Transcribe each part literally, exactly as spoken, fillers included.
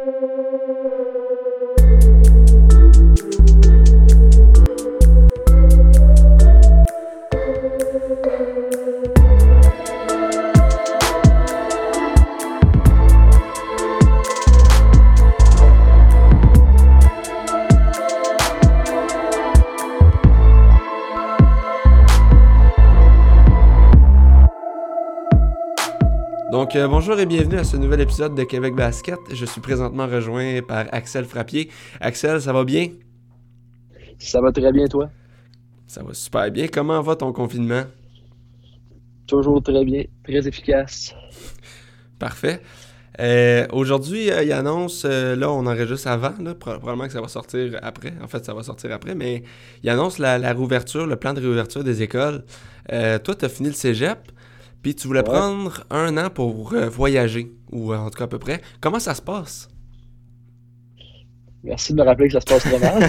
Donc, euh, bonjour et bienvenue à ce nouvel épisode de Québec Basket. Je suis présentement rejoint par Axel Frappier. Axel, ça va bien? Ça va très bien, toi? Ça va super bien. Comment va ton confinement? Toujours très bien, très efficace. Parfait. Euh, aujourd'hui, euh, il annonce, euh, là on enregistre avant, là, probablement que ça va sortir après. En fait, ça va sortir après, mais il annonce la, la réouverture, le plan de réouverture des écoles. Euh, toi, tu as fini le cégep. Puis tu voulais Ouais. prendre un an pour euh, voyager, ou euh, en tout cas à peu près. Comment ça se passe? Merci de me rappeler que ça se passe très mal.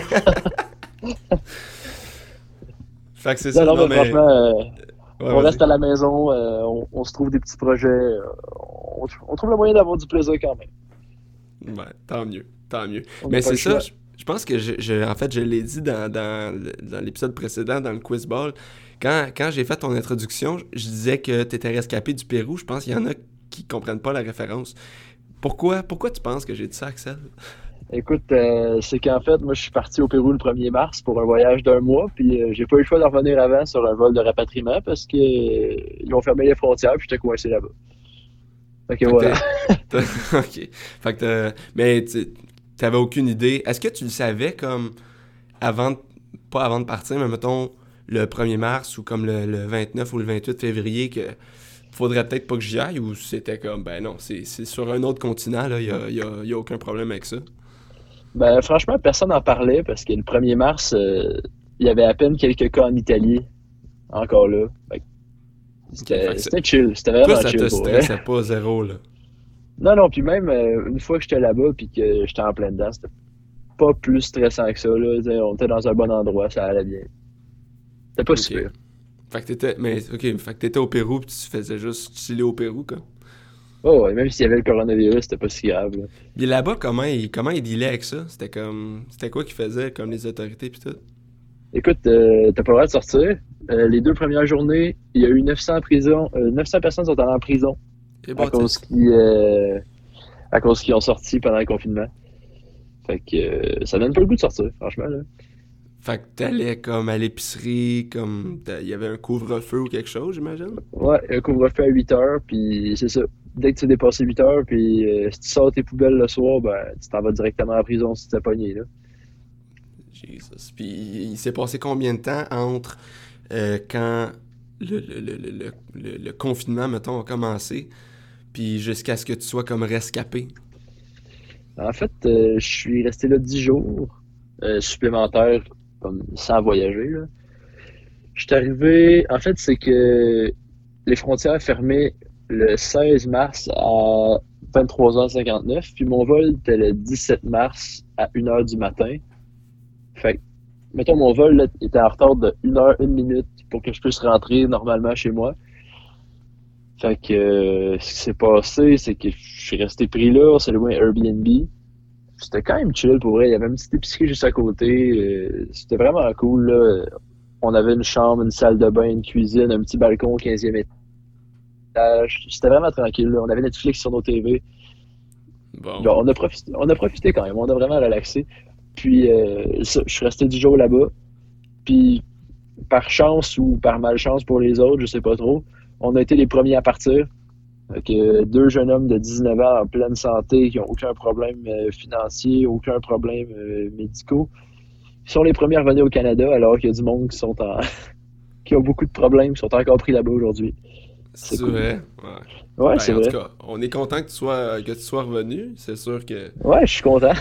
Fait que c'est Non, ça, non, non, mais mais... franchement, euh, Ouais, on vas-y. reste à la maison, euh, on, on se trouve des petits projets, euh, on, on trouve le moyen d'avoir du plaisir quand même. Ouais, tant mieux, tant mieux. On Mais n'a pas c'est le ça, choix. je, je pense que je, je- en fait, je l'ai dit dans, dans, le- dans l'épisode précédent, dans le quiz ball. Quand, quand j'ai fait ton introduction, je je disais que tu étais rescapé du Pérou. Je pense qu'il y en a qui comprennent pas la référence. Pourquoi, pourquoi tu penses que j'ai dit ça, Axel? Écoute, euh, c'est qu'en fait, moi, je suis parti au Pérou le premier mars pour un voyage d'un mois, puis euh, j'ai pas eu le choix de revenir avant sur un vol de rapatriement parce que euh, ils ont fermé les frontières, puis j'étais coincé là-bas. Fait que Fait que voilà. t'es... t'as- OK. Fait que t'as- Mais tu t'avais aucune idée. Est-ce que tu le savais comme avant... de- Pas avant de partir, mais mettons le premier mars ou comme le, le vingt-neuf ou le vingt-huit février que faudrait peut-être pas que j'y aille, ou c'était comme ben non, c'est, c'est sur un autre continent, là, il y a, y a- y a aucun problème avec ça. Ben, franchement, personne n'en parlait parce que le premier mars, euh, il y avait à peine quelques cas en Italie, encore là. Fait que OK, fait C'était que c'est- c'était chill, c'était toi, vraiment ça te chill pour vrai. stressait pas zéro, là. Non, non, puis même euh, une fois que j'étais là-bas puis que j'étais en plein dedans, c'était pas plus stressant que ça, là. T'sais, on était dans un bon endroit, ça allait bien. C'était pas OK. super. Fait que t'étais... Mais, OK, fait que t'étais au Pérou pis tu faisais juste chiller au Pérou, quoi. Oh, ouais, même s'il y avait le coronavirus, c'était pas si grave, là. Puis là-bas, comment ils, comment ils dealaient avec ça? C'était comme... C'était quoi qu'ils faisaient, comme les autorités pis tout? Écoute, euh, t'as pas le droit de sortir. Euh, les deux premières journées, il y a eu neuf cents prisons, euh, neuf cents personnes sont allées en prison Et à bon, cause qu'ils euh, à cause qu'ils ont sorti pendant le confinement. Fait que euh, ça donne pas le goût de sortir, franchement, là. Fait que t'allais comme à l'épicerie, comme t'as- il y avait un couvre-feu ou quelque chose, j'imagine? Ouais, un couvre-feu à huit heures, puis c'est ça. Dès que tu as dépassé huit heures, puis euh, si tu sors tes poubelles le soir, ben tu t'en vas directement en prison si tu t'es pogné, là. Jesus. Puis il s'est passé combien de temps entre euh, quand le, le, le, le, le, le- le confinement, mettons, a commencé, puis jusqu'à ce que tu sois comme rescapé? En fait, euh, je suis resté là dix jours euh, supplémentaires, comme sans voyager, là. Je suis arrivé, en fait, c'est que les frontières fermaient le seize mars à vingt-trois heures cinquante-neuf, puis mon vol était le dix-sept mars à une heure du matin. Fait que, mettons, mon vol là, était en retard de une heure, une minute pour que je puisse rentrer normalement chez moi. Fait que euh, ce qui s'est passé, c'est que je suis resté pris là, on s'est loué un Airbnb. C'était quand même chill pour vrai. Il y avait une petite épicerie juste à côté. euh, C'était vraiment cool, là. On avait une chambre, une salle de bain, une cuisine, un petit balcon au quinzième étage. C'était vraiment tranquille, là. On avait Netflix sur nos T V. Bon. Bon, on a profité, on a profité quand même. On a vraiment relaxé. Puis, euh, ça, je suis resté dix jours là-bas. Puis, par chance ou par malchance pour les autres, je sais pas trop, on a été les premiers à partir. Fait que deux jeunes hommes de dix-neuf ans en pleine santé, qui n'ont aucun problème euh, financier, aucun problème euh, médicaux, ils sont les premiers à revenir au Canada, alors qu'il y a du monde qui sont en qui ont beaucoup de problèmes, qui sont encore pris là-bas aujourd'hui. C'est C'est cool. vrai? Ouais. Ouais, Ben, c'est en vrai. tout cas, on est content que tu sois, que tu sois revenu. C'est sûr que... Ouais, je suis content.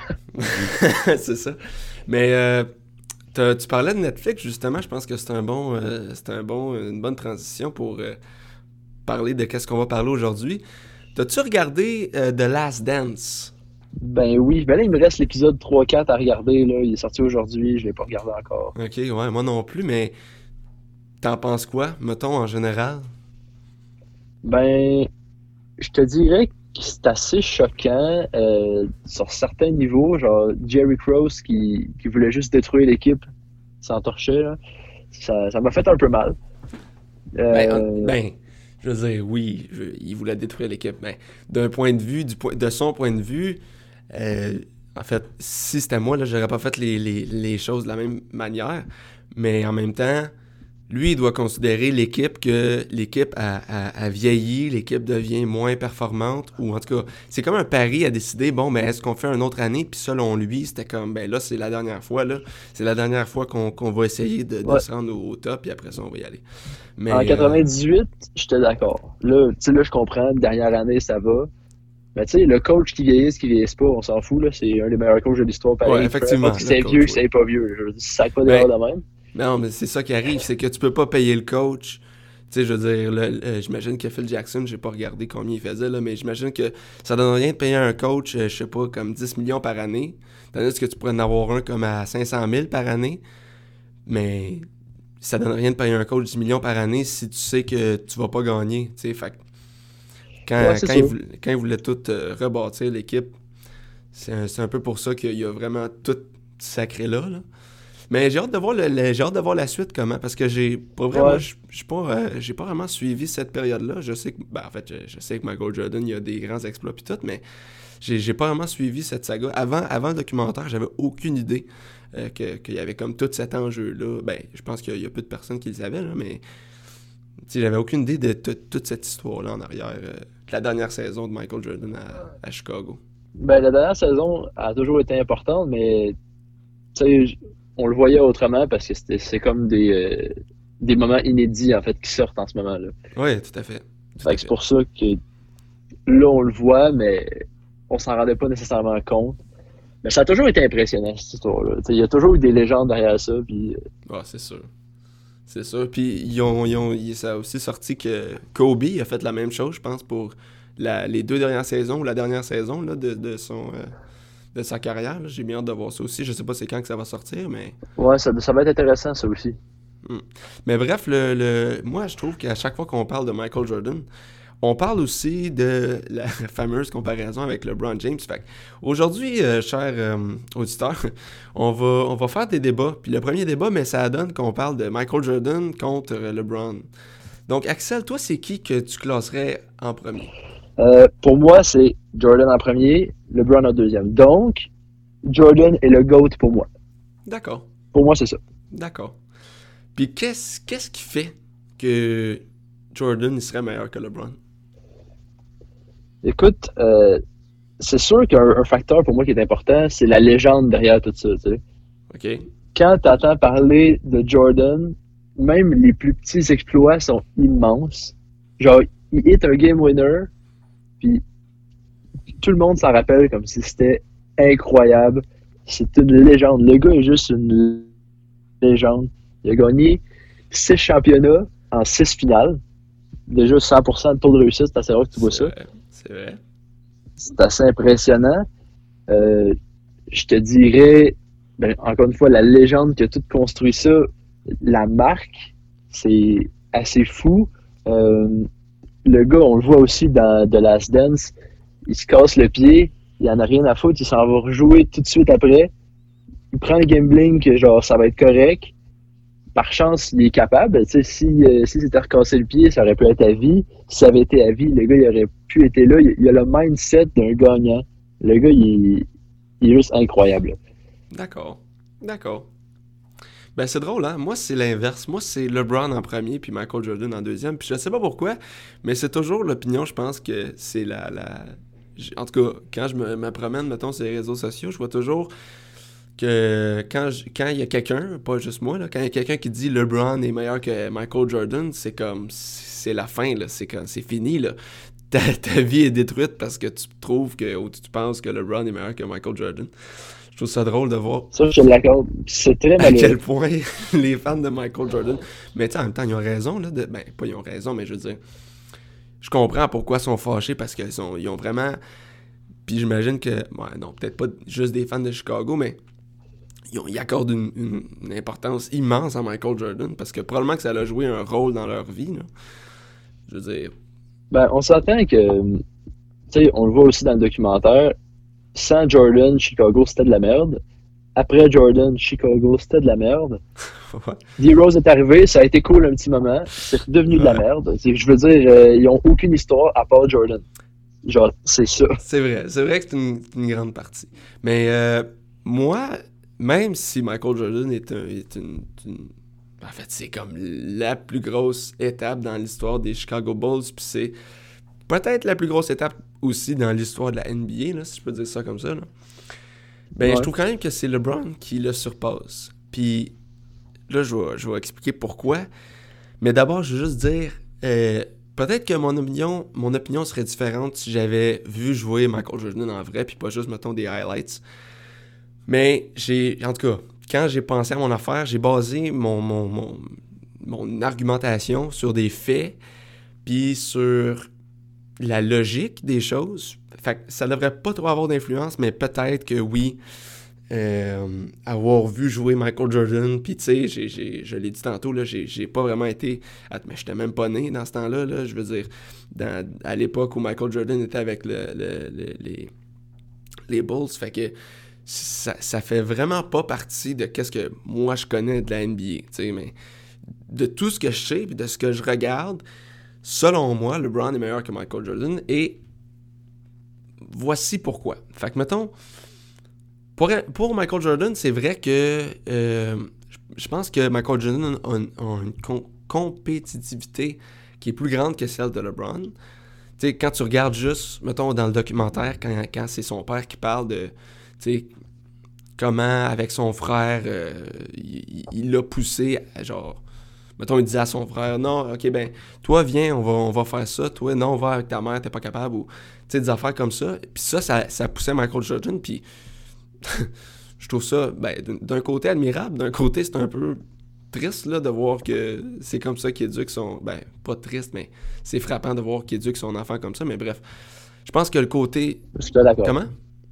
c'est ça. Mais euh, t'as- tu parlais de Netflix, justement. Je pense que c'est un bon, euh, c'est un bon, une bonne transition pour euh, parler de qu'est-ce qu'on va parler aujourd'hui. T'as-tu regardé euh, The Last Dance? Ben oui, ben là, il me reste l'épisode trois quatre à regarder, là. Il est sorti aujourd'hui, je l'ai pas regardé encore. Ok, ouais, moi non plus, mais t'en penses quoi, mettons, en général? Ben, je te dirais c'est assez choquant euh, sur certains niveaux. Genre, Jerry Krause qui, qui voulait juste détruire l'équipe sans torcher, là. Ça, ça m'a fait un peu mal. Ben, en- Euh, ben, je veux dire, oui, je- il voulait détruire l'équipe. Mais d'un point de vue, du point, de son point de vue, euh, en fait, si c'était moi, là, j'aurais pas fait les, les, les choses de la même manière. Mais en même temps, lui, il doit considérer l'équipe que l'équipe a, a, a vieilli, l'équipe devient moins performante, ou en tout cas, c'est comme un pari à décider, bon, ben, est-ce qu'on fait une autre année? Puis selon lui, c'était comme, ben là, c'est la dernière fois, là. C'est la dernière fois qu'on qu'on va essayer de, de ouais. se rendre au, au top, puis après ça, on va y aller. En Mais, euh, quatre-vingt-dix-huit, j'étais d'accord. Là, tu sais, là, je comprends. Dernière année, ça va. Mais tu sais, le coach qui vieillisse, qui vieillisse pas, on s'en fout, là. C'est un des meilleurs coachs de l'histoire, ouais, pareil. Peu importe effectivement, si le c'est vieux, coach, que oui. c'est pas vieux. Je veux dire, ça pas Ben, d'erreur de même. non, mais c'est ça qui arrive, c'est que tu peux pas payer le coach. Tu sais, je veux dire, le- le- j'imagine que Phil Jackson, j'ai pas regardé combien il faisait, là, mais j'imagine que ça donne rien de payer un coach, euh, je sais pas, comme dix millions par année. Tandis que tu pourrais en avoir un comme à cinq cent mille par année. Mais ça donne rien de payer un coach dix millions par année si tu sais que tu vas pas gagner. Tu sais, fait que Ouais, quand, c'est quand, ça. il voulait, quand il voulait tout euh, rebâtir l'équipe, c'est un, c'est un peu pour ça qu'il y a vraiment tout sacré là, là. Mais j'ai hâte de voir le, le- j'ai hâte de voir la suite comment parce que j'ai pas vraiment Ouais. je j'ai pas euh, j'ai pas vraiment suivi cette période-là. Je sais que ben, en fait je, je sais que Michael Jordan il y a des grands exploits puis tout mais j'ai j'ai pas vraiment suivi cette saga. Avant avant le documentaire, j'avais aucune idée euh, que qu'il y avait comme tout cet enjeu-là. Ben, je pense qu'il y, a il y a peu de personnes qui le savaient là, mais tu sais, j'avais aucune idée de tout- toute cette histoire-là en arrière euh, de la dernière saison de Michael Jordan à, à Chicago. Ben, la dernière saison a toujours été importante, mais tu sais, j- on le voyait autrement parce que c'était, c'est comme des, euh, des moments inédits, en fait, qui sortent en ce moment-là. Ouais, tout à fait. Tout Fait à que c'est fait. pour ça que là, on le voit, mais on s'en rendait pas nécessairement compte. Mais ça a toujours été impressionnant, cette histoire-là. Tu sais, il y a toujours eu des légendes derrière ça, puis euh, Ouais, c'est sûr. C'est sûr. Puis ils ont, ils ont, il- ça a aussi sorti que Kobe a fait la même chose, je pense, pour la, les deux dernières saisons ou la dernière saison là, de, de, son, euh, de sa carrière. Là. J'ai bien hâte de voir ça aussi. Je sais pas c'est quand que ça va sortir, mais. ouais, ça, ça va être intéressant, ça aussi. Hmm. Mais bref, le, le, moi je trouve qu'à chaque fois qu'on parle de Michael Jordan, on parle aussi de la fameuse comparaison avec LeBron James. Fait que aujourd'hui, euh, chers euh, auditeurs, on va, on va faire des débats. Puis le premier débat, mais ça donne qu'on parle de Michael Jordan contre euh, LeBron. Donc, Axel, toi, c'est qui que tu classerais en premier? Euh, pour moi, c'est Jordan en premier, LeBron en deuxième. Donc, Jordan est le GOAT pour moi. D'accord, Pour moi, c'est ça. d'accord. Puis qu'est-ce, qu'est-ce qui fait que Jordan il serait meilleur que LeBron? Écoute, euh, c'est sûr qu'un un facteur pour moi qui est important, c'est la légende derrière tout ça. Tu sais. OK? Quand tu entends parler de Jordan, même les plus petits exploits sont immenses. Genre, il hit un game winner, puis tout le monde s'en rappelle comme si c'était incroyable. C'est une légende. Le gars est juste une légende. Il a gagné six championnats en six finales. Déjà cent pour cent de taux de réussite, c'est assez rare que tu vois C'est ça. vrai, c'est vrai. C'est assez impressionnant. Euh, je te dirais, ben, encore une fois, la légende qui a tout construit ça, la marque, c'est assez fou. Euh, le gars, on le voit aussi dans The Last Dance, il se casse le pied, il en a rien à foutre, il s'en va rejouer tout de suite après. Il prend le gambling que genre ça va être correct. Par chance, il est capable. Tu sais, si, euh, si c'était recassé le pied, ça aurait pu être à vie. Si ça avait été à vie, le gars, il aurait pu être là. Il, il a le mindset d'un gagnant. Le gars, il est, il est juste incroyable. D'accord, d'accord. Ben c'est drôle, hein? Moi, c'est l'inverse. Moi, c'est LeBron en premier, puis Michael Jordan en deuxième. Puis je sais pas pourquoi, mais c'est toujours l'opinion, je pense que c'est la... la... j'- En tout cas, quand je me, me promène, mettons, sur les réseaux sociaux, je vois toujours que quand je- quand il y a quelqu'un, pas juste moi, là, quand il y a quelqu'un qui dit LeBron est meilleur que Michael Jordan, c'est comme... C'est la fin, là. C'est comme... C'est fini, là. Ta, ta vie est détruite parce que tu trouves que... ou tu penses que LeBron est meilleur que Michael Jordan. Je trouve ça drôle de voir Ça, je te l'accorde. C'est très à quel malheureux. point les fans de Michael Jordan. Mais tu sais, en même temps, ils ont raison, là. De... Ben, pas ils ont raison, mais je veux dire. Je comprends pourquoi ils sont fâchés parce qu'ils sont... ils ont vraiment. Puis j'imagine que. Ouais, non, peut-être pas juste des fans de Chicago, mais. Ils, ont... ils accordent une... une- une importance immense à Michael Jordan parce que probablement que ça a joué un rôle dans leur vie, là. Je veux dire. Ben, on s'entend que, tu tu sais, on le voit aussi dans le documentaire, sans Jordan, Chicago, c'était de la merde. Après Jordan, Chicago, c'était de la merde. Ouais. D-Rose est arrivé, ça a été cool un petit moment, c'est redevenu de la Ouais. merde. C'est- Je veux dire, euh, ils ont aucune histoire à part Jordan. Genre, c'est ça. C'est vrai, c'est vrai que c'est une, une grande partie. Mais euh, moi, même si Michael Jordan est, un, est une, une- En fait, c'est comme la plus grosse étape dans l'histoire des Chicago Bulls, puis c'est peut-être la plus grosse étape aussi dans l'histoire de la N B A, là, si je peux dire ça comme ça. Là. Ben, Ouais. je trouve quand même que c'est LeBron qui le surpasse. Puis là, je vais, je vais expliquer pourquoi. Mais d'abord, je veux juste dire, euh, peut-être que mon opinion, mon opinion serait différente si j'avais vu jouer Michael Jordan en vrai, puis pas juste, mettons, des highlights. Mais j'ai, en tout cas, quand j'ai pensé à mon affaire, j'ai basé mon, mon, mon, mon argumentation sur des faits, puis sur la logique des choses. Fait que ça devrait pas trop avoir d'influence, mais peut-être que oui, euh, avoir vu jouer Michael Jordan, puis tu sais, j'ai, j'ai, je l'ai dit tantôt, là, j'ai, j'ai pas vraiment été... Mais j'étais même pas né dans ce temps-là, là, je veux dire, dans, à l'époque où Michael Jordan était avec le, le, le, les, les Bulls, fait que ça, ça fait vraiment pas partie de qu'est-ce que moi je connais de la N B A, tu sais, mais de tout ce que je sais, puis de ce que je regarde, selon moi, LeBron est meilleur que Michael Jordan, et voici pourquoi. Fait que, mettons, pour, pour Michael Jordan, c'est vrai que euh, je pense que Michael Jordan a, a une com- compétitivité qui est plus grande que celle de LeBron. Tu sais, quand tu regardes juste, mettons, dans le documentaire, quand, quand c'est son père qui parle de, tu sais, comment, avec son frère, euh, il, il l'a poussé, à, genre, mettons, il disait à son frère, non, ok, ben, toi, viens, on va, on va faire ça, toi, non, va avec ta mère, t'es pas capable, ou, tu sais, des affaires comme ça. Puis ça, ça, ça poussait Michael Jordan, puis je trouve ça, ben, d'un côté admirable, d'un côté, c'est un peu triste, là, de voir que c'est comme ça qu'il éduque son... Ben, pas triste, mais c'est frappant de voir qu'il éduque son enfant comme ça, mais bref. Je pense que le côté... Je te l'accorde. Comment?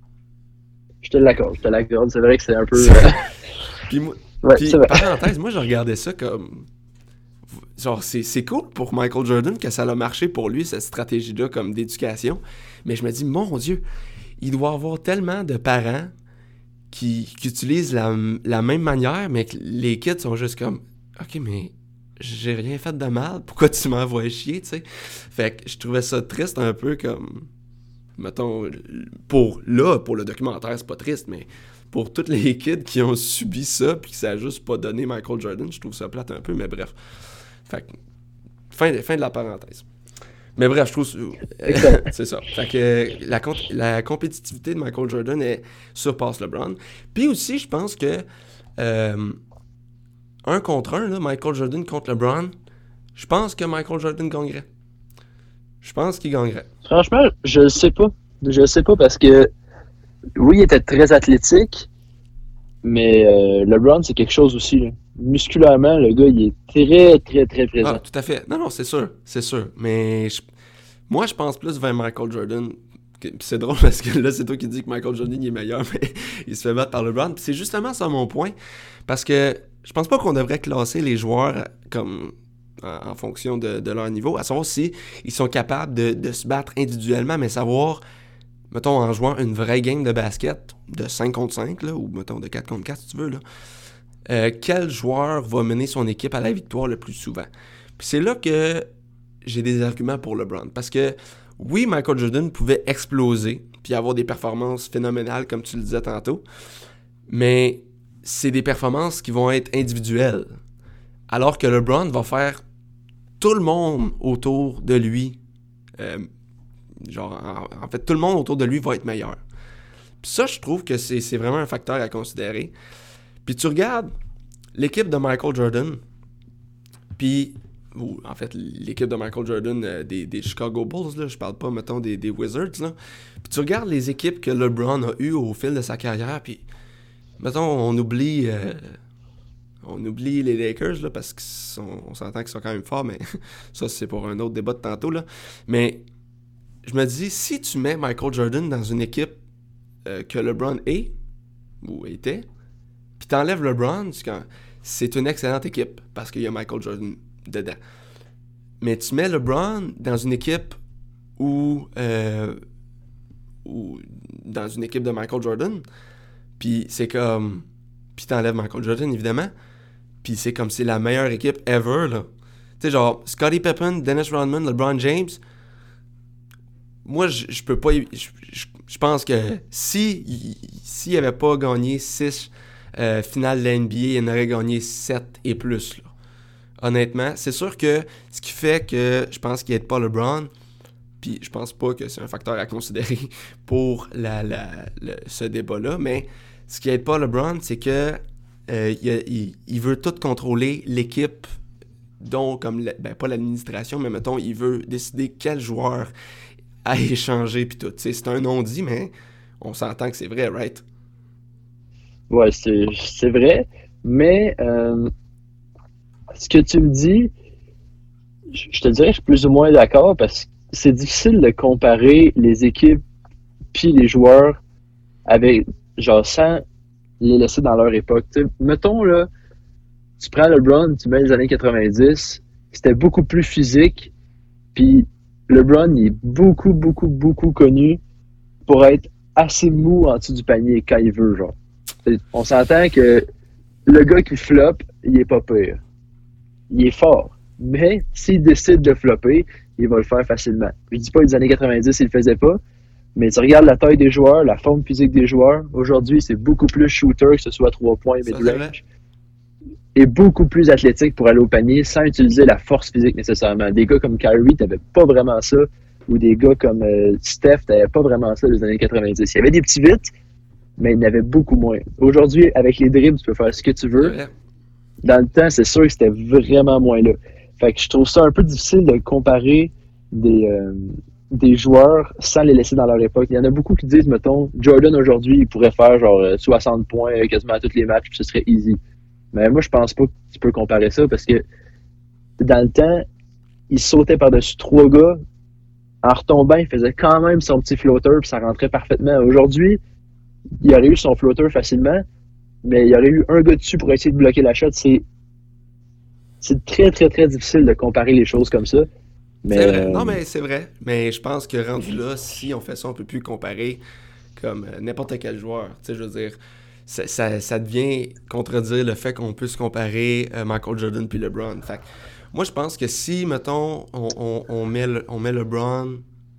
Je te l'accorde, je te l'accorde. C'est vrai que c'est un peu... euh, Puis, moi, Ouais, puis c'est vrai. parenthèse, moi, je regardais ça comme... Genre, c'est, c'est cool pour Michael Jordan que ça a marché pour lui, cette stratégie-là, comme d'éducation. Mais je me dis, mon Dieu, il doit avoir tellement de parents qui, qui utilisent la, la même manière, mais que les kids sont juste comme, OK, mais j'ai rien fait de mal, pourquoi tu m'envoies chier, tu sais? Fait que je trouvais ça triste un peu comme, mettons, pour là, pour le documentaire, c'est pas triste, mais pour tous les kids qui ont subi ça, puis que ça a juste pas donné Michael Jordan, je trouve ça plate un peu, mais bref. Fait que, fin de, fin de la parenthèse. Mais bref, je trouve... Excellent. c'est ça. Fait que la, comp- la compétitivité de Michael Jordan elle, surpasse LeBron. Puis aussi, je pense que euh, un contre un, là, Michael Jordan contre LeBron, je pense que Michael Jordan gagnerait. Je pense qu'il gagnerait. Franchement, je le sais pas. Je le sais pas parce que, oui, il était très athlétique, mais euh, LeBron, c'est quelque chose aussi, là. Musculairement, le gars, il est très, très, très présent. Ah, tout à fait. Non, non, c'est sûr. C'est sûr. Mais je- moi, je pense plus vers Michael Jordan. Que- Puis c'est drôle parce que là, c'est toi qui dis que Michael Jordan il est meilleur, mais il se fait battre par LeBron. Puis c'est justement ça mon point. Parce que je pense pas qu'on devrait classer les joueurs comme en, en fonction de, de leur niveau, à savoir si ils sont capables de, de se battre individuellement, mais savoir, mettons, en jouant une vraie game de basket de cinq contre cinq, là, ou mettons de quatre contre quatre si tu veux, là, euh, quel joueur va mener son équipe à la victoire le plus souvent. Puis c'est là que j'ai des arguments pour LeBron. Parce que, oui, Michael Jordan pouvait exploser, puis avoir des performances phénoménales, comme tu le disais tantôt, mais c'est des performances qui vont être individuelles. Alors que LeBron va faire tout le monde autour de lui, euh, genre, en, en fait, tout le monde autour de lui va être meilleur. Puis ça, je trouve que c'est, c'est vraiment un facteur à considérer. Puis tu regardes l'équipe de Michael Jordan, puis, ou en fait, l'équipe de Michael Jordan euh, des, des Chicago Bulls, là, je parle pas, mettons, des, des Wizards, là. Puis tu regardes les équipes que LeBron a eues au fil de sa carrière, puis, mettons, on oublie, euh, on oublie les Lakers, là, parce qu'on s'entend qu'ils sont quand même forts, mais ça, c'est pour un autre débat de tantôt, là. Mais je me dis, si tu mets Michael Jordan dans une équipe euh, que LeBron est, ou était, puis t'enlèves LeBron, c'est, quand, c'est une excellente équipe parce qu'il y a Michael Jordan dedans. Mais tu mets LeBron dans une équipe où euh, ou dans une équipe de Michael Jordan. Puis c'est comme... Puis t'enlèves Michael Jordan, évidemment. Puis c'est comme c'est la meilleure équipe ever, là. Tu sais, genre, Scottie Pippen, Dennis Rodman, LeBron James... Moi, je, je peux pas... Je, je, je pense que si s'il avait pas gagné six euh, finales de la N B A, il en aurait gagné sept et plus, là. Honnêtement, c'est sûr que ce qui fait que je pense qu'il n'aide pas LeBron, puis je pense pas que c'est un facteur à considérer pour la, la, le, ce débat-là, mais ce qui n'aide pas LeBron, c'est que euh, il, il, il veut tout contrôler l'équipe, dont, comme, ben pas l'administration, mais mettons, il veut décider quel joueur à échanger, puis tout. T'sais, c'est un non-dit, mais on s'entend que c'est vrai, right? Ouais, c'est, c'est vrai, mais euh, ce que tu me dis, je je te dirais que je suis plus ou moins d'accord parce que c'est difficile de comparer les équipes puis les joueurs avec, genre, sans les laisser dans leur époque. T'sais, mettons, là, tu prends LeBron, tu mets les années quatre-vingt-dix, c'était beaucoup plus physique, puis LeBron, il est beaucoup, beaucoup, beaucoup connu pour être assez mou en dessous du panier quand il veut, genre. T'sais, on s'entend que le gars qui floppe, il est pas pire. Il est fort. Mais s'il décide de flopper, il va le faire facilement. Je dis pas les années quatre-vingt-dix, il le faisait pas, mais tu regardes la taille des joueurs, la forme physique des joueurs. Aujourd'hui, c'est beaucoup plus shooter, que ce soit trois points, mid-range, et beaucoup plus athlétique pour aller au panier sans utiliser la force physique nécessairement. Des gars comme Kyrie, t'avais pas vraiment ça, ou des gars comme euh, Steph, t'avais pas vraiment ça dans les années quatre-vingt-dix. Il y avait des petits vites, mais il y en avait beaucoup moins. Aujourd'hui, avec les dribbles, tu peux faire ce que tu veux. Dans le temps, c'est sûr que c'était vraiment moins là. Fait que je trouve ça un peu difficile de comparer des, euh, des joueurs sans les laisser dans leur époque. Il y en a beaucoup qui disent, mettons, Jordan aujourd'hui, il pourrait faire genre soixante points quasiment à tous les matchs, puis ce serait easy. Mais moi, je pense pas que tu peux comparer ça parce que dans le temps, il sautait par-dessus trois gars. En retombant, il faisait quand même son petit flotteur puis ça rentrait parfaitement. Aujourd'hui, il aurait eu son flotteur facilement, mais il y aurait eu un gars dessus pour essayer de bloquer la shot. C'est, c'est très, très, très difficile de comparer les choses comme ça. Mais, c'est vrai. euh... Non, mais c'est vrai. Mais je pense que rendu là, si on fait ça, on peut plus comparer comme euh, n'importe quel joueur. Tu sais, je veux dire, ça, ça, ça devient contredire le fait qu'on peut se comparer euh, Michael Jordan puis LeBron. Fait que, moi, je pense que si, mettons, on, on, on, met, le, on met LeBron...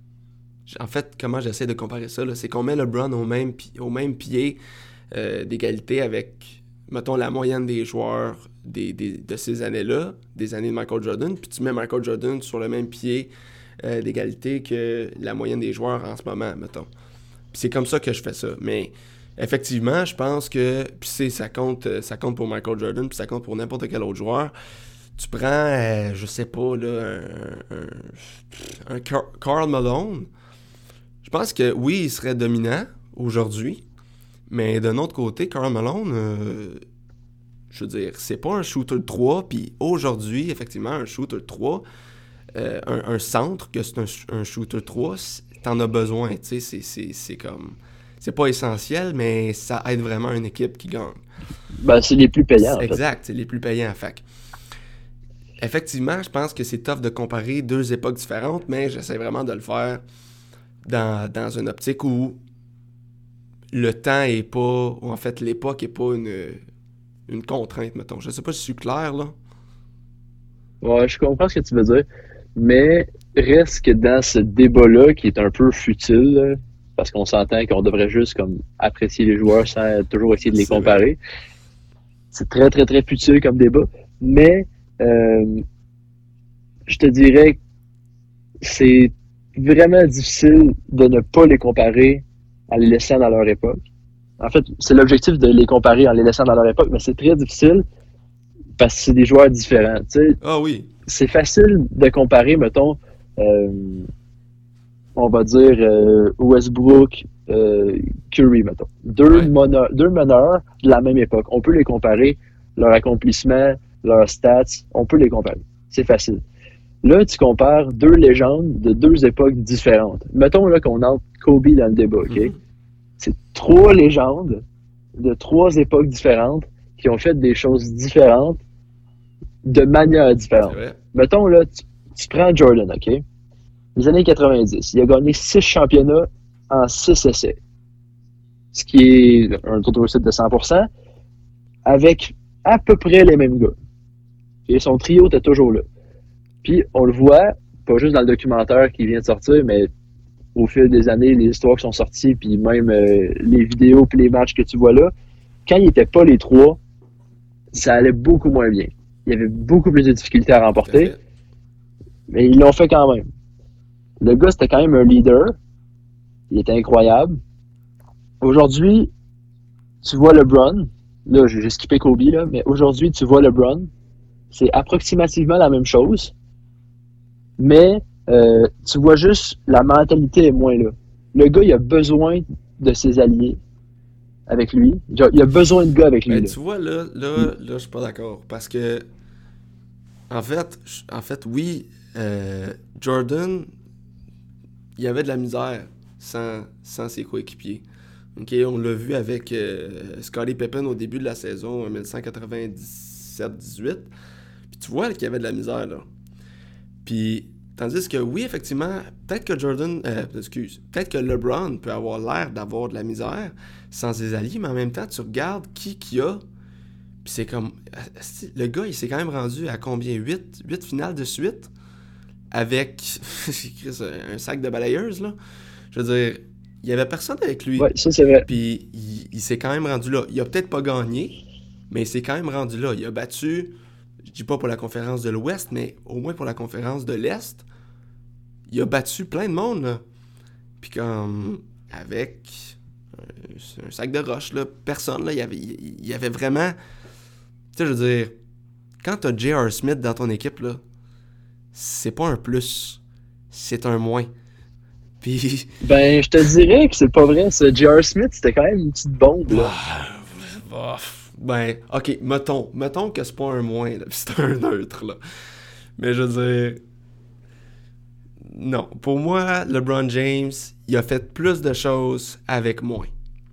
En fait, comment j'essaie de comparer ça, là, c'est qu'on met LeBron au même, au même pied euh, d'égalité avec, mettons, la moyenne des joueurs des, des, de ces années-là, des années de Michael Jordan, puis tu mets Michael Jordan sur le même pied euh, d'égalité que la moyenne des joueurs en ce moment, mettons. Puis c'est comme ça que je fais ça. Mais effectivement, je pense que, puis c'est, ça compte, ça compte pour Michael Jordan, puis ça compte pour n'importe quel autre joueur. Tu prends, euh, je sais pas, là, un, un, un Karl Malone. Je pense que oui, il serait dominant aujourd'hui, mais d'un autre côté, Karl Malone, euh, je veux dire, c'est pas un shooter de trois, puis aujourd'hui, effectivement, un shooter de trois, euh, un, un centre, que c'est un, un shooter de trois, t'en as besoin, tu sais, c'est, c'est, c'est comme... C'est pas essentiel, mais ça aide vraiment une équipe qui gagne. Ben, c'est les plus payants, en fait. Exact, c'est les plus payants, fait. Effectivement, je pense que c'est tough de comparer deux époques différentes, mais j'essaie vraiment de le faire dans, dans une optique où le temps est pas... ou en fait, l'époque est pas une, une contrainte, mettons. Je sais pas si je suis clair, là. Ouais, je comprends ce que tu veux dire, mais reste que dans ce débat-là, qui est un peu futile, là, parce qu'on s'entend qu'on devrait juste comme apprécier les joueurs sans toujours essayer de les c'est comparer. Vrai. C'est très, très, très futile comme débat, mais euh, je te dirais que c'est vraiment difficile de ne pas les comparer en les laissant dans leur époque. En fait, c'est l'objectif de les comparer en les laissant dans leur époque, mais c'est très difficile parce que c'est des joueurs différents. Tu sais, ah oui. C'est facile de comparer, mettons, euh, on va dire euh, Westbrook, euh, Curry, mettons. Deux, ouais. meneurs, deux meneurs de la même époque. On peut les comparer, leur accomplissement, leurs stats, on peut les comparer. C'est facile. Là, tu compares deux légendes de deux époques différentes. Mettons là qu'on entre Kobe dans le débat, OK? Mm-hmm. C'est trois légendes de trois époques différentes qui ont fait des choses différentes de manière différente. Mettons là, tu, tu prends Jordan, OK? Les années quatre-vingt-dix, il a gagné six championnats en six essais. Ce qui est un taux de réussite de cent pour cent, avec à peu près les mêmes gars. Et son trio était toujours là. Puis on le voit, pas juste dans le documentaire qui vient de sortir, mais au fil des années, les histoires qui sont sorties, puis même euh, les vidéos puis les matchs que tu vois là, quand ils n'étaient pas les trois, ça allait beaucoup moins bien. Il y avait beaucoup plus de difficultés à remporter, mais ils l'ont fait quand même. Le gars, c'était quand même un leader. Il était incroyable. Aujourd'hui, tu vois LeBron. Là, j'ai skippé Kobe, là, mais aujourd'hui, tu vois LeBron. C'est approximativement la même chose. Mais euh, tu vois juste, la mentalité est moins là. Le gars, il a besoin de ses alliés avec lui. Genre, il a besoin de gars avec lui. Ben, là. tu vois, là, là, là je suis pas d'accord. Parce que, en fait, en fait oui, euh, Jordan, il avait de la misère sans, sans ses coéquipiers. Okay, on l'a vu avec euh, Scottie Pippen au début de la saison dix-neuf quatre-vingt-dix-sept dix-huit. Puis tu vois qu'il y avait de la misère, là. Puis, tandis que oui, effectivement, peut-être que Jordan, euh, excuse, peut-être que LeBron peut avoir l'air d'avoir de la misère sans ses alliés, mais en même temps, tu regardes qui qu'il y a, puis c'est comme, le gars, il s'est quand même rendu à combien? huit finales de suite? Avec un sac de balayeuses, là. Je veux dire, il y avait personne avec lui. Ouais, ça c'est vrai. Puis il, il s'est quand même rendu là. Il a peut-être pas gagné, mais il s'est quand même rendu là. Il a battu, je dis pas pour la conférence de l'Ouest, mais au moins pour la conférence de l'Est. Il a battu plein de monde, là. Puis comme, avec un, un sac de roche, là, personne, là, il y avait, il, il y avait vraiment... Tu sais, je veux dire, quand t'as J R. Smith dans ton équipe, là, c'est pas un plus, c'est un moins. Puis... Ben, je te dirais que c'est pas vrai, ça. J R. Smith, c'était quand même une petite bombe, là. Ah, ben, ok, mettons, mettons que c'est pas un moins, là, pis c'est un neutre, là. Mais je veux dire... Non, pour moi, LeBron James, il a fait plus de choses avec moins.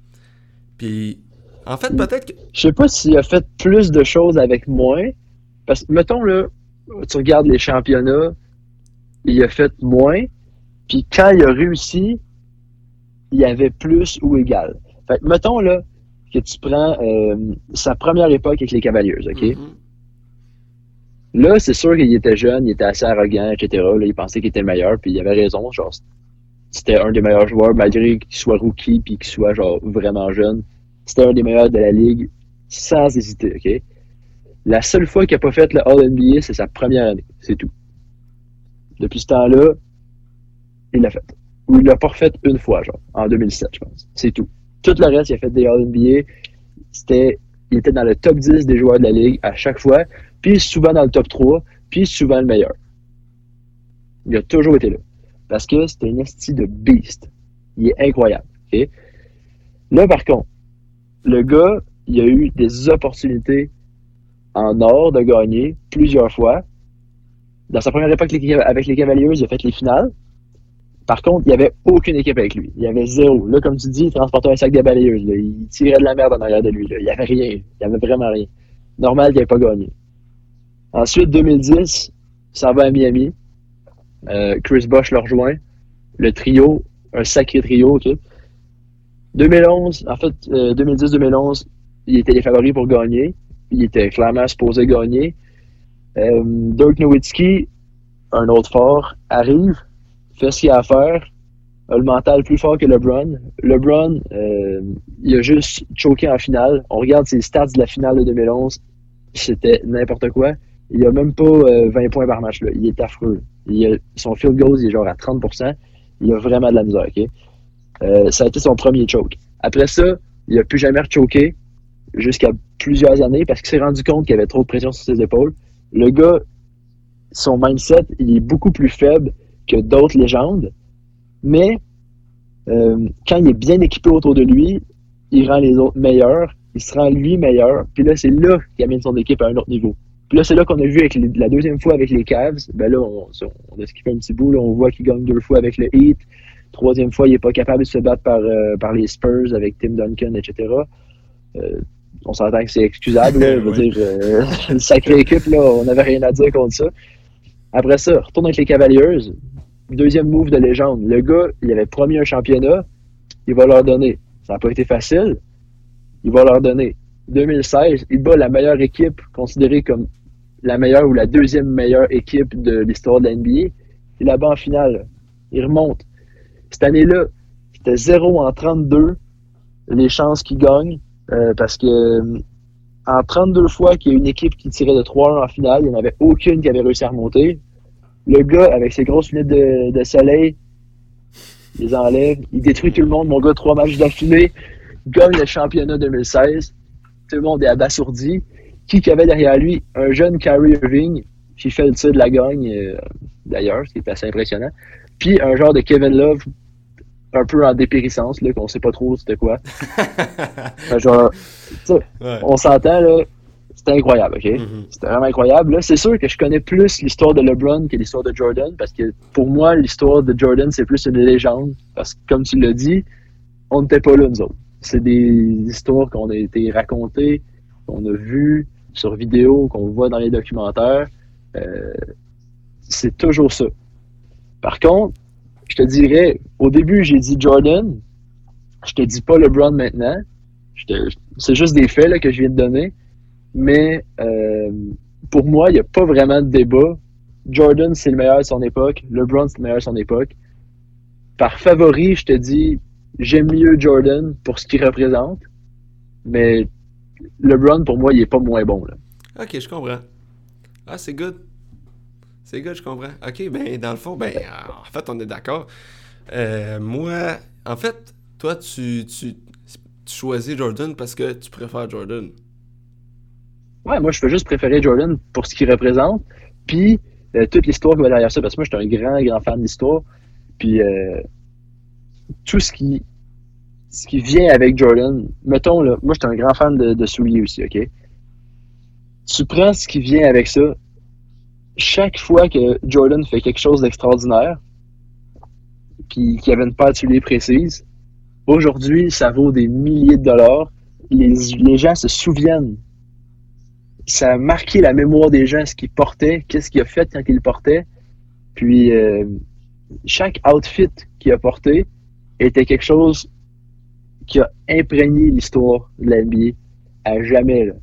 Puis, en fait, peut-être que... Je sais pas s'il a fait plus de choses avec moins, parce que, mettons, là, tu regardes les championnats, il a fait moins, puis quand il a réussi, il y avait plus ou égal. Fait que, mettons, là, que tu prends euh, sa première époque avec les Cavaliers, OK? Mm-hmm. Là, c'est sûr qu'il était jeune, il était assez arrogant, et cetera. Là, il pensait qu'il était le meilleur, puis il avait raison. Genre, c'était un des meilleurs joueurs, malgré qu'il soit rookie puis qu'il soit genre vraiment jeune. C'était un des meilleurs de la ligue, sans hésiter, OK? La seule fois qu'il n'a pas fait le All-N B A, c'est sa première année. C'est tout. Depuis ce temps-là, il l'a fait. Ou il l'a pas refait une fois, genre, en deux mille sept, je pense. C'est tout. Tout le reste, il a fait des All-N B A. C'était, il était dans le top dix des joueurs de la ligue à chaque fois, puis souvent dans le top trois, puis souvent le meilleur. Il a toujours été là. Parce que c'était une esti de beast. Il est incroyable. Okay? Là, par contre, le gars, il a eu des opportunités en or de gagner plusieurs fois. Dans sa première époque avec les Cavaliers, il a fait les finales. Par contre, il n'y avait aucune équipe avec lui. Il y avait zéro. Là, comme tu dis, il transportait un sac de balayeuses. Là. Il tirait de la merde en arrière de lui. Là. Il n'y avait rien. Il n'y avait vraiment rien. Normal qu'il n'avait pas gagné. Ensuite, deux mille dix, ça va à Miami. Euh, Chris Bosh le rejoint. Le trio, un sacré trio. Okay? deux mille onze, en fait, euh, deux mille dix deux mille onze, il était les favoris pour gagner. Il était clairement supposé gagner. Euh, Dirk Nowitzki, un autre fort, arrive, fait ce qu'il a à faire, a le mental plus fort que LeBron. LeBron, euh, il a juste choqué en finale. On regarde ses stats de la finale de deux mille onze, c'était n'importe quoi. Il a même pas euh, vingt points par match. Là. Il est affreux. Il a, son field goal, il est genre à trente pour cent. Il a vraiment de la misère. Okay? Euh, ça a été son premier choke. Après ça, il n'a plus jamais rechoqué jusqu'à plusieurs années parce qu'il s'est rendu compte qu'il y avait trop de pression sur ses épaules. Le gars, son mindset, il est beaucoup plus faible que d'autres légendes, mais euh, quand il est bien équipé autour de lui, il rend les autres meilleurs, il se rend lui meilleur, puis là, c'est là qu'il amène son équipe à un autre niveau. Puis là, c'est là qu'on a vu avec les, la deuxième fois avec les Cavs, ben là, on, on a skippé un petit bout, là, on voit qu'il gagne deux fois avec le Heat, troisième fois, il n'est pas capable de se battre par, euh, par les Spurs avec Tim Duncan, et cetera. Euh, on s'entend que c'est excusable, là, je veux dire, euh, une sacrée équipe, là, on n'avait rien à dire contre ça. Après ça, retourne avec les Cavaliers, deuxième move de légende. Le gars, il avait promis un championnat, il va leur donner. Ça n'a pas été facile, il va leur donner. deux mille seize, il bat la meilleure équipe, considérée comme la meilleure ou la deuxième meilleure équipe de l'histoire de la N B A. Il la bat en finale. Il remonte. Cette année-là, c'était zéro en trente-deux les chances qu'il gagne, euh, parce que en trente-deux fois qu'il y a une équipe qui tirait de trois un en finale, il n'y en avait aucune qui avait réussi à remonter. Le gars, avec ses grosses lunettes de, de soleil, il les enlève, il détruit tout le monde. Mon gars, trois matchs d'affilée, gagne le championnat deux mille seize. Tout le monde est abasourdi. Qui qu'il avait derrière lui? Un jeune Kyrie Irving qui fait le tir de la gagne, euh, d'ailleurs, ce qui est assez impressionnant. Puis un genre de Kevin Love, un peu en dépérissance, là, qu'on sait pas trop c'était quoi. Genre, ouais. On s'entend, là, c'était incroyable, OK? Mm-hmm. C'était vraiment incroyable. Là, c'est sûr que je connais plus l'histoire de LeBron que l'histoire de Jordan, parce que pour moi, l'histoire de Jordan, c'est plus une légende, parce que, comme tu l'as dit, on n'était pas là, nous autres. C'est des histoires qu'on a été racontées, qu'on a vues sur vidéo, qu'on voit dans les documentaires. Euh, c'est toujours ça. Par contre, je te dirais, au début, j'ai dit Jordan. Je te dis pas LeBron maintenant. Je te, c'est juste des faits là, que je viens de donner. Mais euh, pour moi, il n'y a pas vraiment de débat. Jordan, c'est le meilleur de son époque. LeBron, c'est le meilleur de son époque. Par favori, je te dis, j'aime mieux Jordan pour ce qu'il représente. Mais LeBron, pour moi, il est pas moins bon. Là. Ok, je comprends. Ah, c'est good. C'est good, je comprends. OK, ben dans le fond, ben en fait, on est d'accord. Euh, moi, en fait, toi, tu, tu, tu choisis Jordan parce que tu préfères Jordan. Ouais, moi, je peux juste préférer Jordan pour ce qu'il représente, puis euh, toute l'histoire qui va derrière ça, parce que moi, je suis un grand, grand fan d'histoire, puis euh, tout ce qui, ce qui vient avec Jordan, mettons, là, moi, je suis un grand fan de, de souliers aussi, OK? Tu prends ce qui vient avec ça, chaque fois que Jordan fait quelque chose d'extraordinaire, puis qu'il y avait une paire de souliers précise, aujourd'hui, ça vaut des milliers de dollars. Les, les gens se souviennent. Ça a marqué la mémoire des gens, ce qu'il portait, qu'est-ce qu'il a fait quand il le portait. Puis, euh, chaque outfit qu'il a porté était quelque chose qui a imprégné l'histoire de la N B A à jamais, là.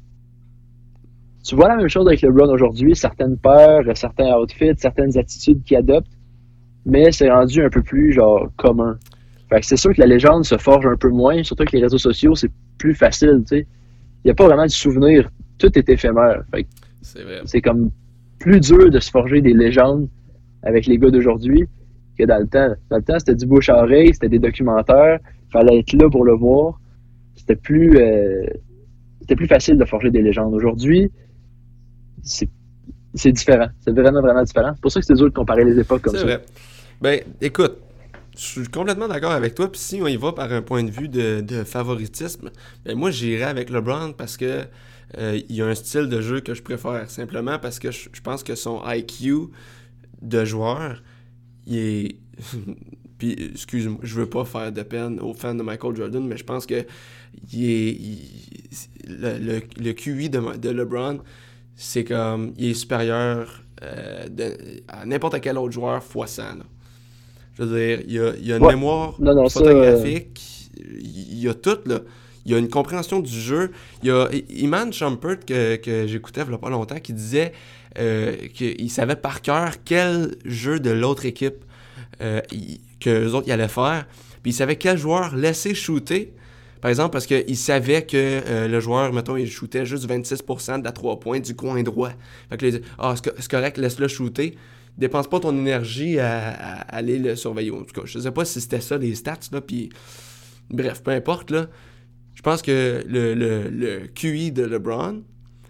Tu vois la même chose avec LeBron aujourd'hui, certaines peurs, certains outfits, certaines attitudes qu'il adopte, mais c'est rendu un peu plus genre commun. Fait que c'est sûr que la légende se forge un peu moins, surtout que les réseaux sociaux, c'est plus facile, tu sais. Il n'y a pas vraiment de souvenir, tout est éphémère. Fait que c'est vrai. C'est comme plus dur de se forger des légendes avec les gars d'aujourd'hui que dans le temps. Dans le temps, c'était du bouche à oreille, c'était des documentaires, il fallait être là pour le voir. C'était plus, euh, c'était plus facile de forger des légendes. Aujourd'hui, c'est, c'est différent. C'est vraiment, vraiment différent. C'est pour ça que c'est dur de comparer les époques comme c'est ça. C'est vrai. Ben, écoute, je suis complètement d'accord avec toi. Puis si on y va par un point de vue de, de favoritisme, ben moi, j'irais avec LeBron parce que euh, il y a un style de jeu que je préfère. Simplement parce que je, je pense que son I Q de joueur, il est... Puis, excuse-moi, je veux pas faire de peine aux fans de Michael Jordan, mais je pense que il est, il, le, le, le Q I de, de LeBron, c'est comme, il est supérieur euh, de, à n'importe quel autre joueur fois cent. Là. Je veux dire, il y a, il y a une ouais. mémoire non, non, photographique, ça, euh... il y a tout, là. Il y a une compréhension du jeu. Il y a Iman Shumpert, que, que j'écoutais il y a pas longtemps, qui disait euh, qu'il savait par cœur quel jeu de l'autre équipe euh, il, que les autres y allaient faire. Puis il savait quel joueur laisser shooter. Par exemple, parce qu'il savait que euh, le joueur, mettons, il shootait juste vingt-six pour cent de la trois points du coin droit. Fait que là, il dit « Ah, c'est, c'est correct, laisse-le shooter. Dépense pas ton énergie à, à aller le surveiller. » En tout cas, je sais pas si c'était ça, les stats, là. Puis, bref, peu importe, là. Je pense que le, le, le Q I de LeBron,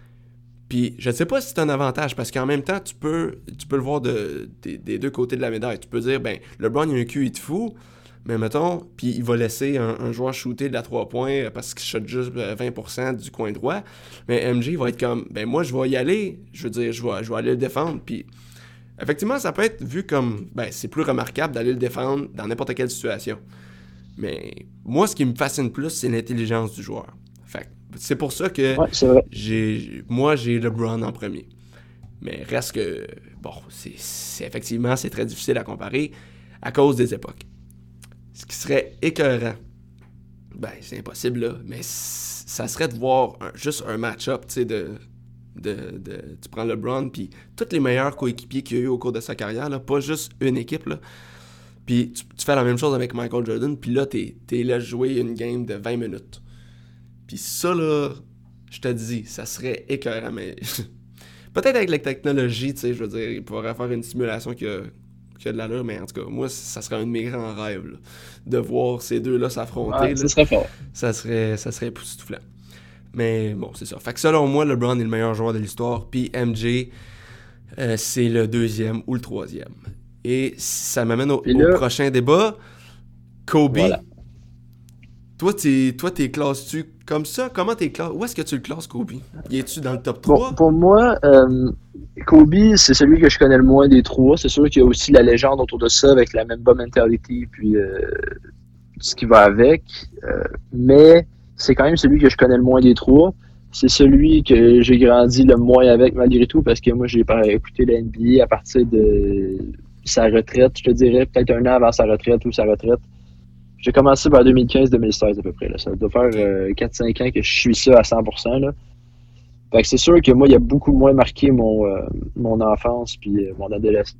puis je ne sais pas si c'est un avantage, parce qu'en même temps, tu peux, tu peux le voir de, de, des deux côtés de la médaille. Tu peux dire, ben, LeBron, il a un Q I de fou, mais mettons, puis il va laisser un, un joueur shooter de la trois points parce qu'il shot juste vingt pour cent du coin droit. Mais M J va être comme, ben moi, je vais y aller. Je veux dire, je vais, je vais aller le défendre. Puis effectivement, ça peut être vu comme, ben, c'est plus remarquable d'aller le défendre dans n'importe quelle situation. Mais moi, ce qui me fascine plus, c'est l'intelligence du joueur. Fait que c'est pour ça que ouais, c'est vrai. j'ai, moi, j'ai LeBron en premier. Mais reste que, bon, c'est, c'est effectivement, c'est très difficile à comparer à cause des époques. Ce qui serait écœurant, ben, c'est impossible, là, mais c- ça serait de voir un- juste un match-up, tu sais, de, de, de... Tu prends LeBron, puis tous les meilleurs coéquipiers qu'il y a eu au cours de sa carrière, là, pas juste une équipe, là. Puis tu, tu fais la même chose avec Michael Jordan, puis là, t'es, t'es là jouer une game de vingt minutes. Puis ça, là, je te dis, ça serait écœurant, mais... Peut-être avec la technologie, tu sais, je veux dire, il pourrait faire une simulation qui a, qui a de l'allure, mais en tout cas, moi, ça serait un de mes grands rêves, là, de voir ces deux-là s'affronter. Ouais, là. ça serait fort. Ça serait, ça serait époustouflant. Mais bon, c'est ça. Fait que selon moi, LeBron est le meilleur joueur de l'histoire, puis M J, euh, c'est le deuxième ou le troisième. Et ça m'amène au, Puis là- au prochain débat. Kobe, Voilà. toi, t'es, toi, t'es classes-tu comme ça? Comment t'es classes? Où est-ce que tu le classes, Kobe? Y es-tu dans le top Bon, trois? pour moi, euh, Kobe, c'est celui que je connais le moins des trois. C'est sûr qu'il y a aussi la légende autour de ça avec la Mamba mentality puis euh, ce qui va avec. Euh, mais c'est quand même celui que je connais le moins des trois. C'est celui que j'ai grandi le moins avec malgré tout parce que moi, j'ai pas écouté la N B A à partir de sa retraite. Je te dirais peut-être un an avant sa retraite ou sa retraite. J'ai commencé vers deux mille quinze deux mille seize à peu près. Là. Ça doit faire euh, quatre cinq ans que je suis ça à cent pour cent. Là. Fait que c'est sûr que moi, il a beaucoup moins marqué mon, euh, mon enfance puis euh, mon adolescence.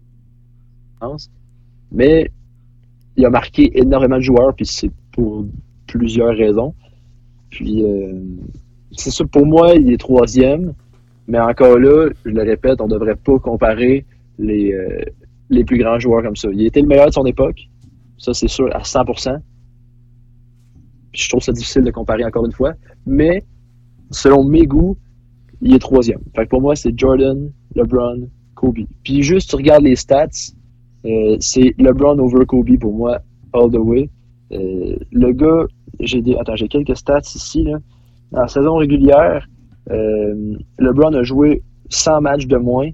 Mais il a marqué énormément de joueurs, puis c'est pour plusieurs raisons. Puis euh, c'est sûr, pour moi, il est troisième. Mais encore là, je le répète, on ne devrait pas comparer les, euh, les plus grands joueurs comme ça. Il était le meilleur de son époque. Ça, c'est sûr, à cent pour cent. Puis je trouve ça difficile de comparer encore une fois. Mais selon mes goûts, il est troisième. Fait que pour moi, c'est Jordan, LeBron, Kobe. Puis juste, tu regardes les stats, euh, c'est LeBron over Kobe pour moi, all the way. Euh, le gars, j'ai des, attends, j'ai quelques stats ici, là. En saison régulière, euh, LeBron a joué cent matchs de moins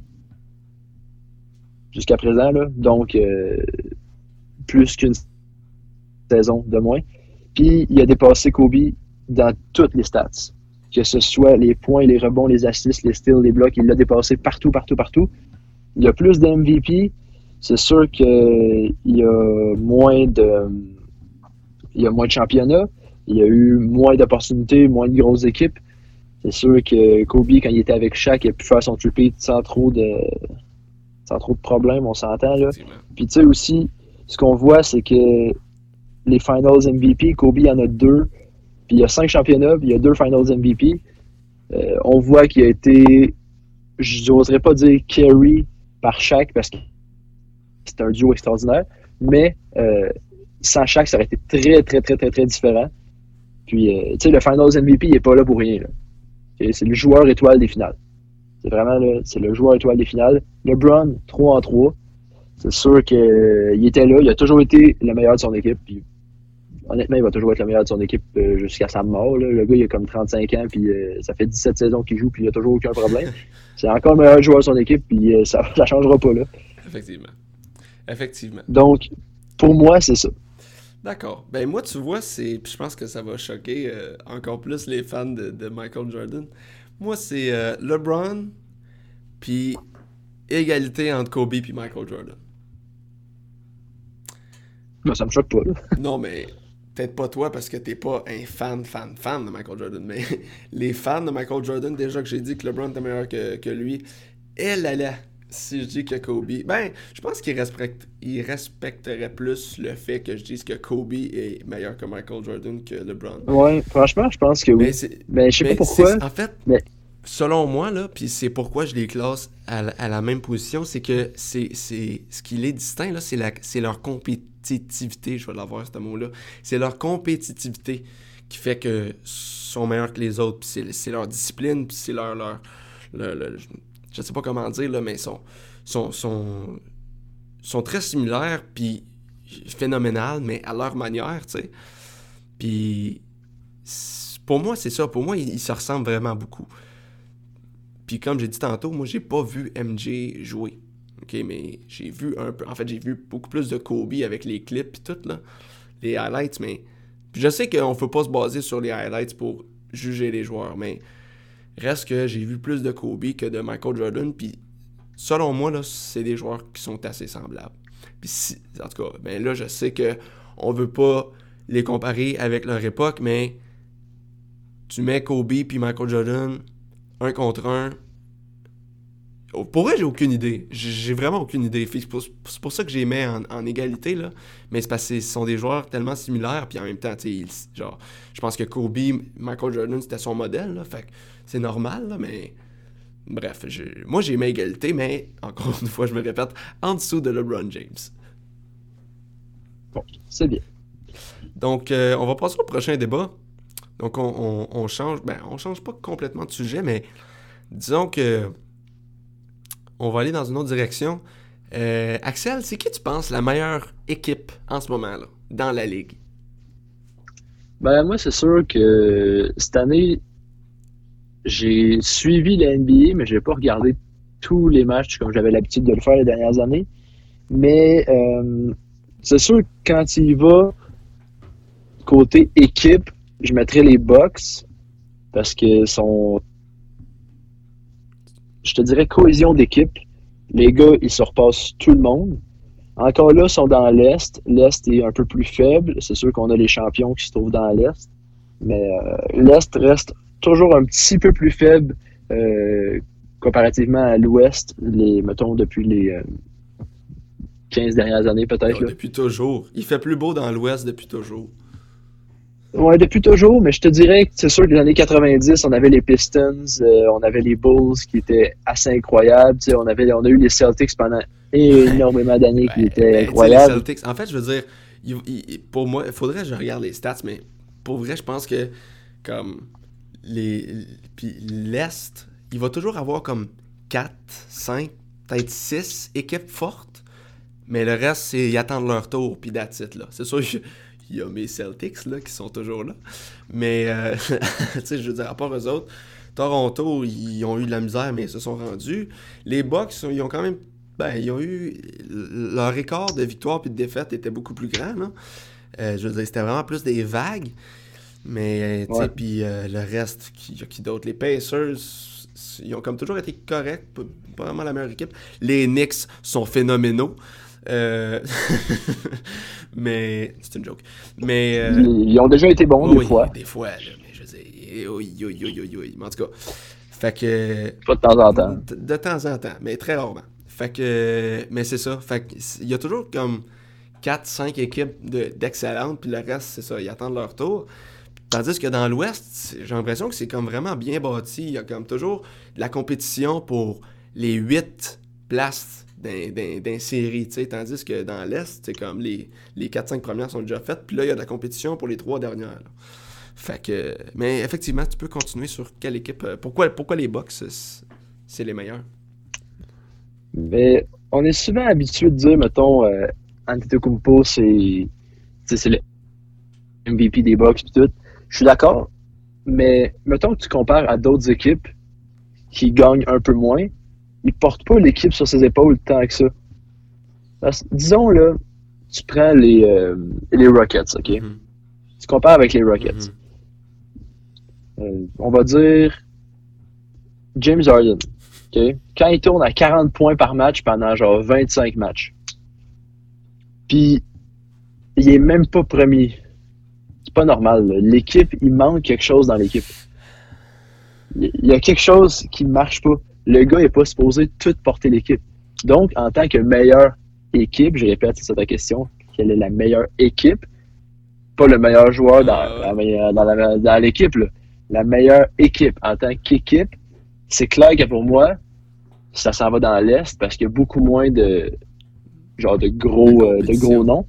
jusqu'à présent, là. Donc, euh, plus qu'une saison de moins. Puis, il a dépassé Kobe dans toutes les stats. Que ce soit les points, les rebonds, les assists, les steals, les blocs, il l'a dépassé partout, partout, partout. Il y a plus de M V P. C'est sûr qu'il y a moins de, il y a moins de championnats. Il y a eu moins d'opportunités, moins de grosses équipes. C'est sûr que Kobe, quand il était avec Shaq, il a pu faire son triple sans trop de, sans trop de problèmes, on s'entend là. Puis tu sais aussi, ce qu'on voit, c'est que les Finals M V P, Kobe en a deux. Puis il y a cinq championnats, puis il y a deux Finals M V P. Euh, on voit qu'il a été, je n'oserais pas dire carry par Shaq parce que c'est un duo extraordinaire, mais euh, sans Shaq, ça aurait été très, très, très, très, très différent. Puis, euh, tu sais, le Finals M V P, il n'est pas là pour rien. Là. Okay? C'est le joueur étoile des finales. C'est vraiment là, c'est le joueur étoile des finales. LeBron, trois en trois. C'est sûr qu'il euh, était là, il a toujours été le meilleur de son équipe. Puis, honnêtement, il va toujours être le meilleur de son équipe euh, jusqu'à sa mort. Là. Le gars, il a comme trente-cinq ans, puis euh, ça fait dix-sept saisons qu'il joue, puis il n'a toujours aucun problème. C'est encore le meilleur joueur de son équipe, puis euh, ça ne changera pas là. Effectivement. Effectivement. Donc, pour moi, c'est ça. D'accord. Ben moi, tu vois, c'est. Puis je pense que ça va choquer euh, encore plus les fans de, de Michael Jordan. Moi, c'est euh, LeBron, puis égalité entre Kobe et Michael Jordan. Ben, ça me choque pas, là. Non, mais peut-être pas toi parce que t'es pas un fan, fan, fan de Michael Jordan. Mais les fans de Michael Jordan, déjà que j'ai dit que LeBron était meilleur que, que lui, et là là, si je dis que Kobe, ben, je pense qu'il respecte, il respecterait plus le fait que je dise que Kobe est meilleur que Michael Jordan que LeBron. Ouais, franchement, je pense que oui. Mais c'est, Ben, je sais mais pas pourquoi. En fait, mais... selon moi, là, puis c'est pourquoi je les classe à, la, à la même position, c'est que c'est, c'est ce qui les distingue, là, c'est, la, c'est leur compétitivité, je vais l'avoir ce mot-là. C'est leur compétitivité qui fait que sont meilleurs que les autres, puis c'est, c'est leur discipline, puis c'est leur... leur, leur, leur je sais pas comment dire, là, mais sont, sont, sont, sont très similaires, puis phénoménales, mais à leur manière, tu sais. Puis pour moi, c'est ça. Pour moi, ils, ils se ressemblent vraiment beaucoup. Puis comme j'ai dit tantôt, moi, j'ai pas vu M J jouer. OK, mais j'ai vu un peu... En fait, j'ai vu beaucoup plus de Kobe avec les clips et tout, là. Les highlights, mais... Puis je sais qu'on ne peut pas se baser sur les highlights pour juger les joueurs, mais... Reste que j'ai vu plus de Kobe que de Michael Jordan, puis selon moi, là, c'est des joueurs qui sont assez semblables. Puis si, en tout cas, ben là, je sais que on veut pas les comparer avec leur époque, mais tu mets Kobe puis Michael Jordan un contre un. Pour vrai, j'ai aucune idée. J'ai vraiment aucune idée. C'est pour, c'est pour ça que je les mets en, en égalité, là. Mais c'est parce que ce sont des joueurs tellement similaires, puis en même temps, tu sais, genre, je pense que Kobe, Michael Jordan, c'était son modèle, là. Fait que c'est normal, là, mais... Bref, je, moi, j'ai mis égalité, mais, encore une fois, je me répète, en dessous de LeBron James. Bon, c'est bien. Donc, euh, on va passer au prochain débat. Donc, on, on, on change... Ben, on change pas complètement de sujet, mais disons que... On va aller dans une autre direction. Euh, Axel, c'est qui tu penses la meilleure équipe en ce moment, là, dans la ligue? Ben, moi, c'est sûr que cette année, j'ai suivi la N B A, mais je n'ai pas regardé tous les matchs comme j'avais l'habitude de le faire les dernières années. Mais euh, c'est sûr que quand il va côté équipe, je mettrais les Bucks parce que sont, je te dirais, cohésion d'équipe. Les gars, ils surpassent tout le monde. Encore là, ils sont dans l'Est. L'Est est un peu plus faible. C'est sûr qu'on a les champions qui se trouvent dans l'Est. Mais euh, l'Est reste toujours un petit peu plus faible euh, comparativement à l'Ouest, les, mettons, depuis les euh, quinze dernières années, peut-être. Non, depuis toujours. Il fait plus beau dans l'Ouest depuis toujours. Ouais, depuis toujours, mais je te dirais que c'est sûr que les années quatre-vingt-dix, on avait les Pistons, euh, on avait les Bulls qui étaient assez incroyables. On, avait, on a eu les Celtics pendant énormément d'années qui ben, étaient ben, incroyables. Les Celtics, en fait, je veux dire, il, il, pour moi, il faudrait que je regarde les stats, mais pour vrai, je pense que comme les puis l'Est, il va toujours avoir comme quatre, cinq, peut-être six équipes fortes, mais le reste, c'est ils attendent leur tour, puis that's it, là. C'est sûr que il y a mes Celtics là, qui sont toujours là. Mais, euh, tu sais, je veux dire, à part eux autres, Toronto, ils ont eu de la misère, mais ils se sont rendus. Les Bucks, ils ont quand même... Ben, ils ont eu... Leur écart de victoire puis de défaite était beaucoup plus grand, là. Euh, je veux dire, c'était vraiment plus des vagues. Mais, tu sais, ouais. Puis euh, le reste, qui, qui d'autre? Les Pacers, ils ont comme toujours été corrects. Pas, pas vraiment la meilleure équipe. Les Knicks sont phénoménaux. Euh... mais c'est une joke. Mais euh... ils ont déjà été bons oui, des fois. Des fois, là, mais je veux dire, oui, oui, oui, oui, oui. Mais en tout cas, fait que pas de temps en temps. De, de temps en temps, mais très rarement. Fait que, mais c'est ça. Fait que il y a toujours comme quatre cinq équipes de, d'excellentes, puis le reste, c'est ça, ils attendent leur tour. Tandis que dans l'Ouest, j'ai l'impression que c'est comme vraiment bien bâti. Il y a comme toujours de la compétition pour les huit places d'un, d'un, d'un série, tu sais, tandis que dans l'Est, c'est comme les, les quatre cinq premières sont déjà faites, puis là, il y a de la compétition pour les trois dernières. Là. Fait que, mais effectivement, tu peux continuer sur quelle équipe, pourquoi, pourquoi les Bucks, c'est, c'est les meilleurs? Mais on est souvent habitué de dire, mettons, euh, Antetokounmpo, c'est, c'est le M V P des Bucks et tout. Je suis d'accord, mais mettons que tu compares à d'autres équipes qui gagnent un peu moins, il porte pas l'équipe sur ses épaules tant que ça. Parce, disons, là, tu prends les, euh, les Rockets, OK? Mm-hmm. Tu compares avec les Rockets. Mm-hmm. Euh, on va dire James Harden, OK? Quand il tourne à quarante points par match pendant genre vingt-cinq matchs, puis il est même pas premier. C'est pas normal, là. L'équipe, il manque quelque chose dans l'équipe. Il y a quelque chose qui marche pas. Le gars n'est pas supposé tout porter l'équipe. Donc, en tant que meilleure équipe, je répète, c'est ça ta question, quelle est la meilleure équipe? Pas le meilleur joueur dans, dans, dans, la, dans l'équipe, là. La meilleure équipe en tant qu'équipe, c'est clair que pour moi, ça s'en va dans l'Est parce qu'il y a beaucoup moins de genre de gros, euh, de gros noms.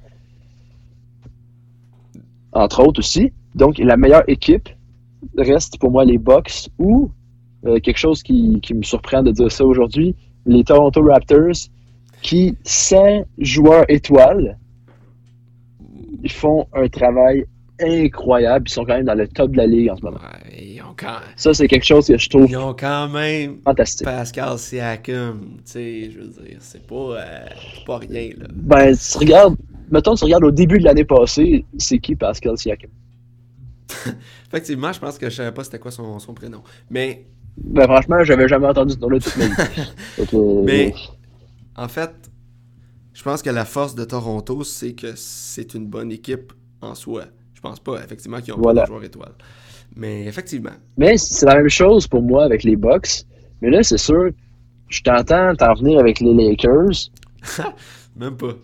Entre autres aussi. Donc, la meilleure équipe reste pour moi les Bucks ou Euh, quelque chose qui, qui me surprend de dire ça aujourd'hui, les Toronto Raptors, qui, sans joueurs étoiles, ils font un travail incroyable. Ils sont quand même dans le top de la ligue en ce moment. Ouais, ils ont quand... Ça, c'est quelque chose que je trouve Ils ont quand même fantastique. Pascal Siakam, tu sais, je veux dire, c'est pas, euh, pas rien, là. Ben, tu regardes, mettons, tu regardes au début de l'année passée, c'est qui Pascal Siakam? Effectivement, je pense que je savais pas c'était quoi son, son prénom. Mais... Ben, franchement, j'avais jamais entendu ce nom-là toute ma vie. Donc, mais, en fait, je pense que la force de Toronto, c'est que c'est une bonne équipe en soi. Je pense pas, effectivement, qu'ils ont Voilà. pas de joueurs étoiles. Mais effectivement. Mais c'est la même chose pour moi avec les Bucks. Mais là, c'est sûr, je t'entends t'en venir avec les Lakers. Même pas.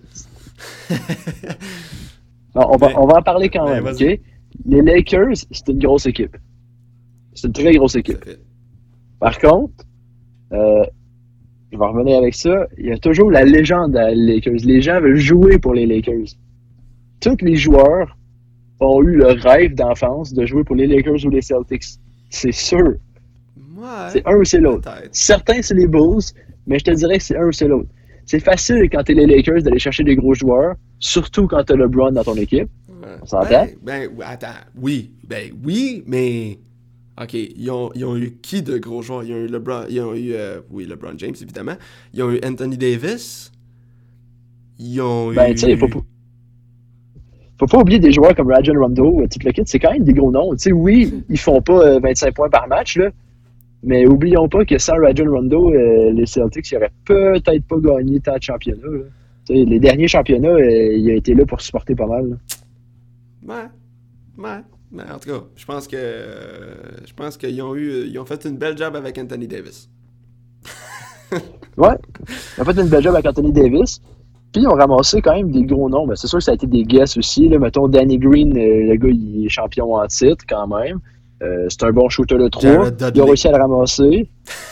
Non, on, va, Mais- on va en parler quand mais même, vas-y. OK? Les Lakers, c'est une grosse équipe. C'est une très grosse Tout équipe. à fait. Par contre, euh, je vais revenir avec ça, il y a toujours la légende à les Lakers. Les gens veulent jouer pour les Lakers. Tous les joueurs ont eu le rêve d'enfance de jouer pour les Lakers ou les Celtics. C'est sûr. Ouais. C'est un ou c'est l'autre. Peut-être. Certains, c'est les Bulls, mais je te dirais que c'est un ou c'est l'autre. C'est facile quand t'es les Lakers d'aller chercher des gros joueurs, surtout quand t'as LeBron dans ton équipe. Ouais. On s'entend? Ben, ben, ouais, attends. Oui. Ben, oui, mais. OK. Ils ont, ils ont eu qui de gros joueurs? Ils ont eu LeBron. Ils ont eu. euh, oui, LeBron James, évidemment. Ils ont eu Anthony Davis. Ils ont Ben, eu. tu sais, faut pas, faut pas oublier des joueurs comme Rajon Rondo, toute le kit, c'est quand même des gros noms. Tu sais, oui, ils font pas euh, vingt-cinq points par match, là, mais oublions pas que sans Rajon Rondo, euh, les Celtics, ils auraient peut-être pas gagné tant de championnats. Là. Tu sais, les derniers championnats, euh, il a été là pour supporter pas mal. Là. Ouais. Ouais. Mais en tout cas, je pense que. euh, je pense qu'ils ont eu. Ils ont fait une belle job avec Anthony Davis. Ouais, ils ont fait une belle job avec Anthony Davis. Puis ils ont ramassé quand même des gros noms. Ben, c'est sûr que ça a été des guesses aussi. Là. Mettons, Danny Green, euh, le gars, il est champion en titre quand même. Euh, c'est un bon shooter de trois. Jared Dudley. Ils ont réussi à le ramasser.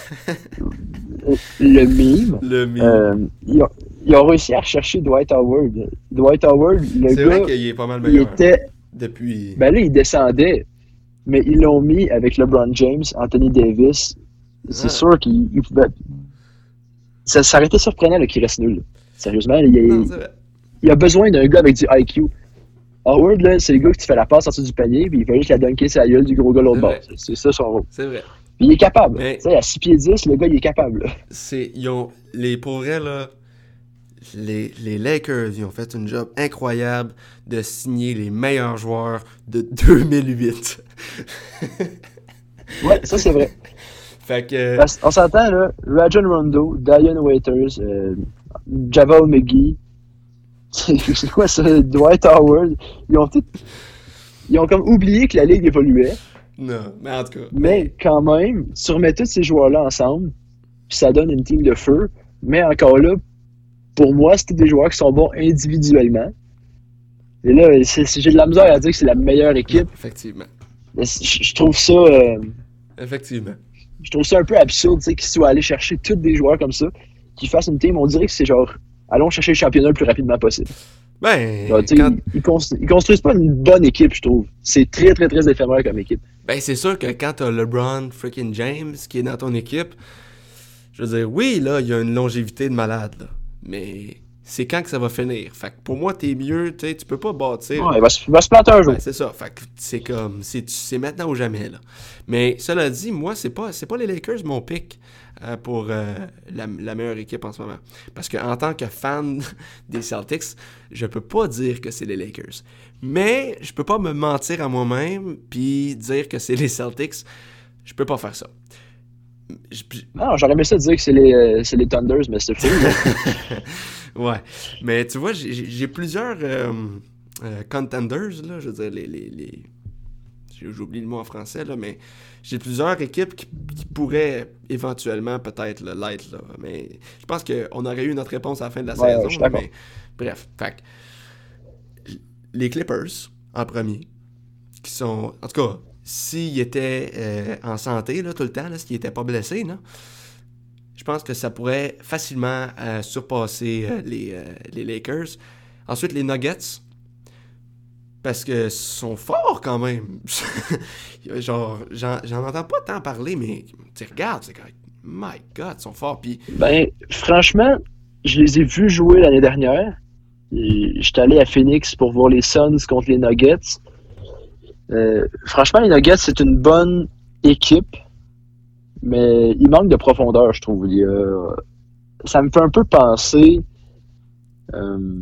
Le mime. Le mime. Euh, ils, ont, ils ont réussi à rechercher Dwight Howard. Dwight Howard, le C'est vrai gars, qu'il est pas mal il meilleur. était... Depuis. Ben là, il descendait. Mais ils l'ont mis avec LeBron James, Anthony Davis. C'est Ah. sûr qu'il il pouvait... Ça, ça aurait été surprenant là, qu'il reste nul. Sérieusement, il, Non, il, c'est vrai. il a besoin d'un gars avec du I Q. Howard, là, c'est le gars qui te fait la passe en dessous du panier, puis il va juste la dunker sur la gueule du gros gars l'autre C'est bord. vrai. C'est, c'est ça son rôle. C'est vrai. Puis il est capable. Mais- Tu sais, à six pieds dix, le gars, il est capable. là. C'est, ils ont, les, pour vrai, là, les, les Lakers, ils ont fait une job incroyable de signer les meilleurs joueurs de deux mille huit. Ouais, ça, c'est vrai. Fait que, Parce- on s'entend, là, Rajon Rondo, Dion Waiters, euh, Javel McGee, c'est quoi ça, Dwight Howard, ils ont tout... Ils ont comme oublié que la ligue évoluait, non, mais en tout cas, mais quand même, tu remets tous ces joueurs-là ensemble, puis ça donne une team de feu, mais encore là, pour moi, c'était des joueurs qui sont bons individuellement. Et là, c'est- c'est- j'ai de la misère à dire que c'est la meilleure équipe. non, effectivement, Mais c- Je je trouve ça... euh, effectivement. je trouve ça un peu absurde, tu sais, qu'ils soient allés chercher tous des joueurs comme ça, qui fassent une team. On dirait que c'est genre, allons chercher le championnat le plus rapidement possible. Ben, Genre, tu sais, quand- ils, ils constru- ils construisent pas une bonne équipe, je trouve. C'est très, très, très éphémère comme équipe. ben, c'est sûr que quand t'as LeBron freaking James qui est dans ton équipe, je veux dire, oui, là, il y a une longévité de malade, là, mais c'est quand que ça va finir. Fait que pour moi, t'es mieux, tu sais, tu peux pas bâtir. Ouais, il, va se, il va se planter un jour. Ben, c'est ça. Fait que c'est comme. C'est, c'est maintenant ou jamais, là. Mais cela dit, moi, c'est pas, c'est pas les Lakers mon pick euh, pour euh, la, la meilleure équipe en ce moment. Parce qu'en tant que fan des Celtics, je peux pas dire que c'est les Lakers. Mais je peux pas me mentir à moi-même puis dire que c'est les Celtics. Je peux pas faire ça. Je- je- Non, j'aurais aimé ça dire que c'est les, euh, c'est les Thunders, mais c'est fou. là. Ouais. Mais tu vois, j'ai, j'ai- j'ai plusieurs euh, euh, contenders, là. Je veux dire, les. les, les... j'ai- J'oublie le mot en français, là, mais j'ai plusieurs équipes qui, qui pourraient éventuellement peut-être là, l'être, là. Mais je pense qu'on aurait eu notre réponse à la fin de la Ouais, saison. je suis là, d'accord. mais bref. Fait que, les Clippers, en premier, qui sont. En tout cas, s'ils étaient euh, en santé là, tout le temps, là, s'ils n'étaient pas blessés, là, je pense que ça pourrait facilement euh, surpasser euh, les, euh, les Lakers. Ensuite, les Nuggets. Parce que sont forts quand même. Genre, j'en, j'en entends pas tant parler, mais tu regardes, c'est comme, my God, ils sont forts. Puis, Ben, franchement, je les ai vus jouer l'année dernière. Et J'étais allé à Phoenix pour voir les Suns contre les Nuggets. Euh, franchement, les Nuggets, c'est une bonne équipe, mais il manque de profondeur, je trouve. Il y a- Ça me fait un peu penser euh,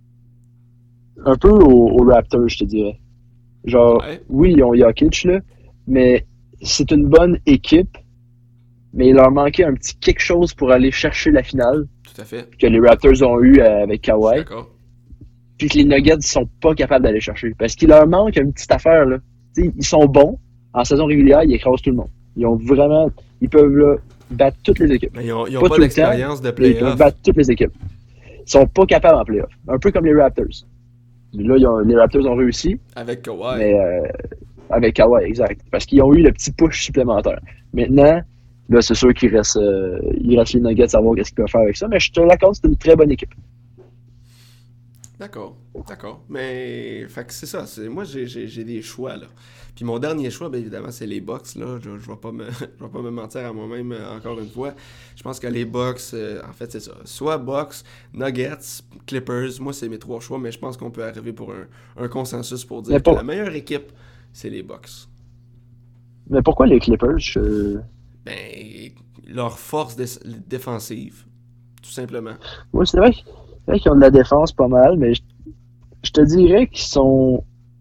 un peu aux, aux Raptors, je te dirais. Genre, ouais, oui, ils ont Jokic, là, mais c'est une bonne équipe, mais il leur manquait un petit quelque chose pour aller chercher la finale tout à fait. que les Raptors ont eu euh, avec Je suis Kawhi. d'accord. puis que les Nuggets sont pas capables d'aller chercher. Parce qu'il leur manque une petite affaire, là. T'sais, ils sont bons. En saison régulière, ils écrasent tout le monde. Ils ont vraiment... Ils peuvent, là, battre toutes les équipes. Mais ils ont, ils ont pas pas tout le d'expérience temps, de mais ils peuvent playoff. battre toutes les équipes. Ils sont pas capables en playoff. Un peu comme les Raptors. Là, ils ont- les Raptors ont réussi, Avec Kawhi. mais euh, avec Kawhi, exact. Parce qu'ils ont eu le petit push supplémentaire. Maintenant, là, c'est sûr qu'il reste, euh, il reste les Nuggets à voir qu'est-ce qu'ils peuvent faire avec ça, mais je te l'accorde, c'est une très bonne équipe. D'accord, d'accord. Mais, fait que c'est ça. C'est, moi, j'ai, j'ai, j'ai des choix, là. Puis mon dernier choix, bien évidemment, c'est les Bucks, là. Je, je vais pas me, je vais pas me mentir à moi-même, euh, encore une fois. Je pense que les Bucks, euh, en fait, c'est ça. Soit Bucks, Nuggets, Clippers. Moi, c'est mes trois choix, mais je pense qu'on peut arriver pour un, un consensus pour dire Mais que pour- la meilleure équipe, c'est les Bucks. Mais pourquoi les Clippers? Je- Ben, leur force dé- défensive, tout simplement. Oui, c'est vrai, que- c'est vrai qu'ils ont de la défense pas mal, mais je, je te dirais qu'ils sont,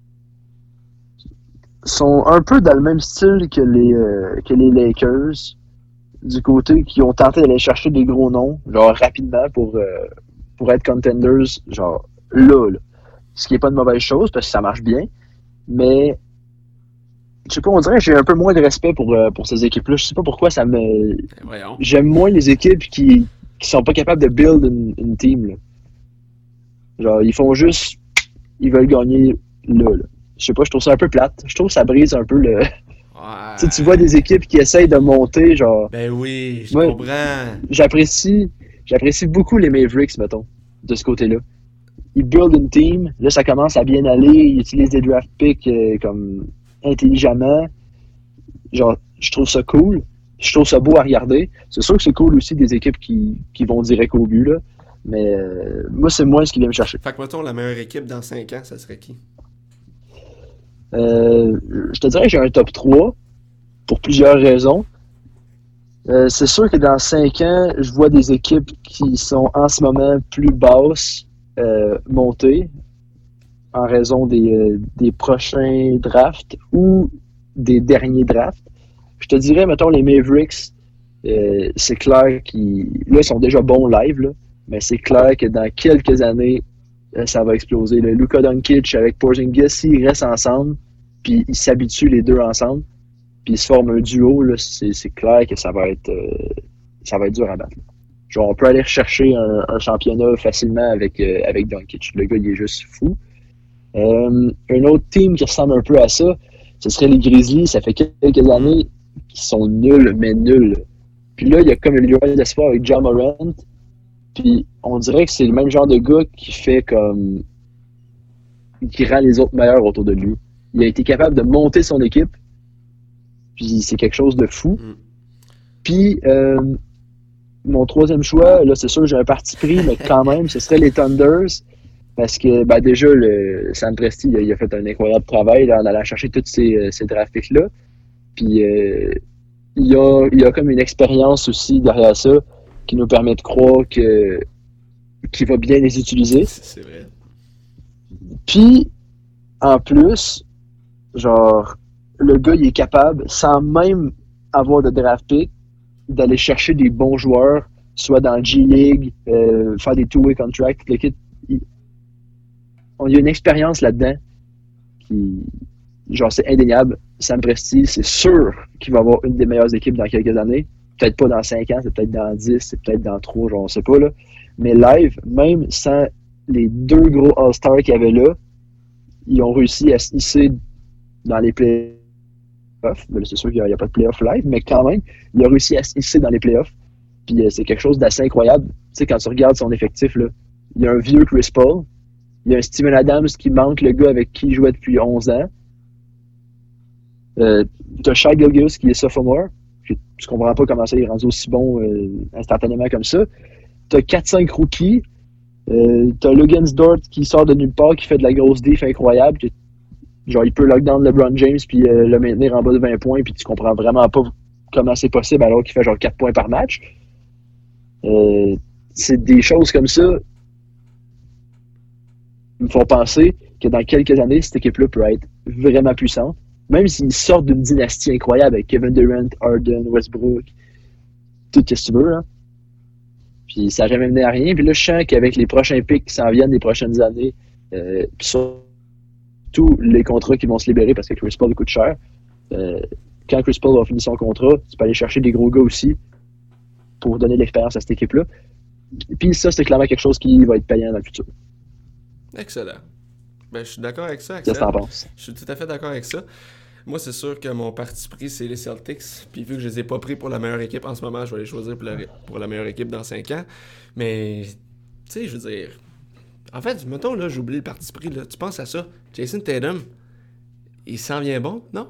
sont un peu dans le même style que les, euh, que les Lakers, du côté qui ont tenté d'aller chercher des gros noms, genre rapidement pour, euh, pour être contenders, genre là, là. Ce qui est pas une mauvaise chose parce que ça marche bien, mais je sais pas, on dirait que j'ai un peu moins de respect pour, euh, pour ces équipes-là. Je sais pas pourquoi ça me. Ben, voyons. J'aime moins les équipes qui, qui sont pas capables de build une, une team, là. Genre, ils font juste. Ils veulent gagner là, là. Je sais pas, je trouve ça un peu plate. Je trouve que ça brise un peu le. Ouais. Tu sais, tu vois des équipes qui essayent de monter, genre. Ben oui, je Ouais. comprends. J'apprécie. J'apprécie beaucoup les Mavericks, mettons, de ce côté-là. Ils build une team, là ça commence à bien aller, ils utilisent des draft picks euh, comme intelligemment. Genre, je trouve ça cool. Je trouve ça beau à regarder. C'est sûr que c'est cool aussi des équipes qui, qui vont direct au but, là. Mais euh, moi, c'est moins ce qui vient me chercher. Fait que, mettons, la meilleure équipe dans cinq ans, ça serait qui? Euh, je te dirais que j'ai un top trois pour plusieurs raisons. Euh, c'est sûr que dans cinq ans, je vois des équipes qui sont en ce moment plus basses euh, monter en raison des, euh, des prochains drafts ou des derniers drafts. Je te dirais, mettons, les Mavericks, euh, c'est clair qu'ils là, ils sont déjà bons live, là, mais c'est clair que dans quelques années, euh, ça va exploser. Le Luka Doncic avec Porzingis, s'ils restent ensemble, puis ils s'habituent les deux ensemble, puis ils se forment un duo, là, c'est, c'est clair que ça va être euh, ça va être dur à battre. Genre, on peut aller rechercher un, un championnat facilement avec, euh, avec Doncic. Le gars, il est juste fou. Euh, un autre team qui ressemble un peu à ça, ce serait les Grizzlies. Ça fait quelques années qu'ils sont nuls, mais nuls. Puis là, il y a comme une lueur d'espoir avec Ja Morant. Puis on dirait que c'est le même genre de gars qui fait comme... qui rend les autres meilleurs autour de lui. Il a été capable de monter son équipe. Puis c'est quelque chose de fou. Mm. Puis euh, mon troisième choix, là c'est sûr que j'ai un parti pris, mais quand même, ce serait les Thunders. Parce que ben déjà, le Sam Presti, il a, il a fait un incroyable travail là, en allant chercher tous ces, euh, ces draft picks-là. Puis euh, il, y a, il y a comme une expérience aussi derrière ça qui nous permet de croire que qu'il va bien les utiliser. C'est, c'est vrai. Puis, en plus, genre, le gars, il est capable, sans même avoir de draft pick, d'aller chercher des bons joueurs, soit dans le G-League, euh, faire des two-way contracts, toute l'équipe. Il, on y a une expérience là-dedans qui, genre, c'est indéniable. Sam Presti, c'est sûr qu'il va avoir une des meilleures équipes dans quelques années. Peut-être pas dans cinq ans, c'est peut-être dans dix, c'est peut-être dans trois, genre, on sait pas, là. Mais live, même sans les deux gros All-Stars qu'il y avait là, ils ont réussi à se hisser dans les playoffs. Ben, c'est sûr qu'il n'y a, a pas de playoffs live, mais quand même, il a réussi à se hisser dans les playoffs. Puis euh, c'est quelque chose d'assez incroyable. Tu sais, quand tu regardes son effectif, là, il y a un vieux Chris Paul, il y a un Steven Adams qui manque le gars avec qui il jouait depuis onze ans. Euh, t'as Shai Gilgeous qui est sophomore. Je, je comprends pas comment ça il est rendu aussi bon euh, instantanément comme ça. T'as quatre cinq rookies. Euh, t'as Lugansdort qui sort de nulle part, qui fait de la grosse diff incroyable. Que, genre, il peut lockdown LeBron James puis euh, le maintenir en bas de vingt points, puis tu comprends vraiment pas comment c'est possible alors qu'il fait genre quatre points par match. Euh, c'est des choses comme ça qui me font penser que dans quelques années, cette équipe-là peut être vraiment puissante. Même s'ils sortent d'une dynastie incroyable avec Kevin Durant, Harden, Westbrook, tout ce que tu veux, hein. Puis ça n'a jamais mené à rien. Puis là, je sens qu'avec les prochains picks qui s'en viennent des prochaines années, Euh, puis surtout, les contrats qui vont se libérer parce que Chris Paul coûte cher. Euh, quand Chris Paul va finir son contrat, tu peux aller chercher des gros gars aussi pour donner de l'expérience à cette équipe-là. Puis ça, c'est clairement quelque chose qui va être payant dans le futur. Excellent. Ben, je suis d'accord avec ça, Qu'est-ce que Axel. t'en penses? Je suis tout à fait d'accord avec ça. Moi, c'est sûr que mon parti pris, c'est les Celtics. Puis vu que je les ai pas pris pour la meilleure équipe en ce moment, je vais les choisir pour la, pour la meilleure équipe dans cinq ans. Mais, tu sais, je veux dire... En fait, mettons, là, j'oublie le parti pris, là. Tu penses à ça. Jason Tatum, il s'en vient bon, non?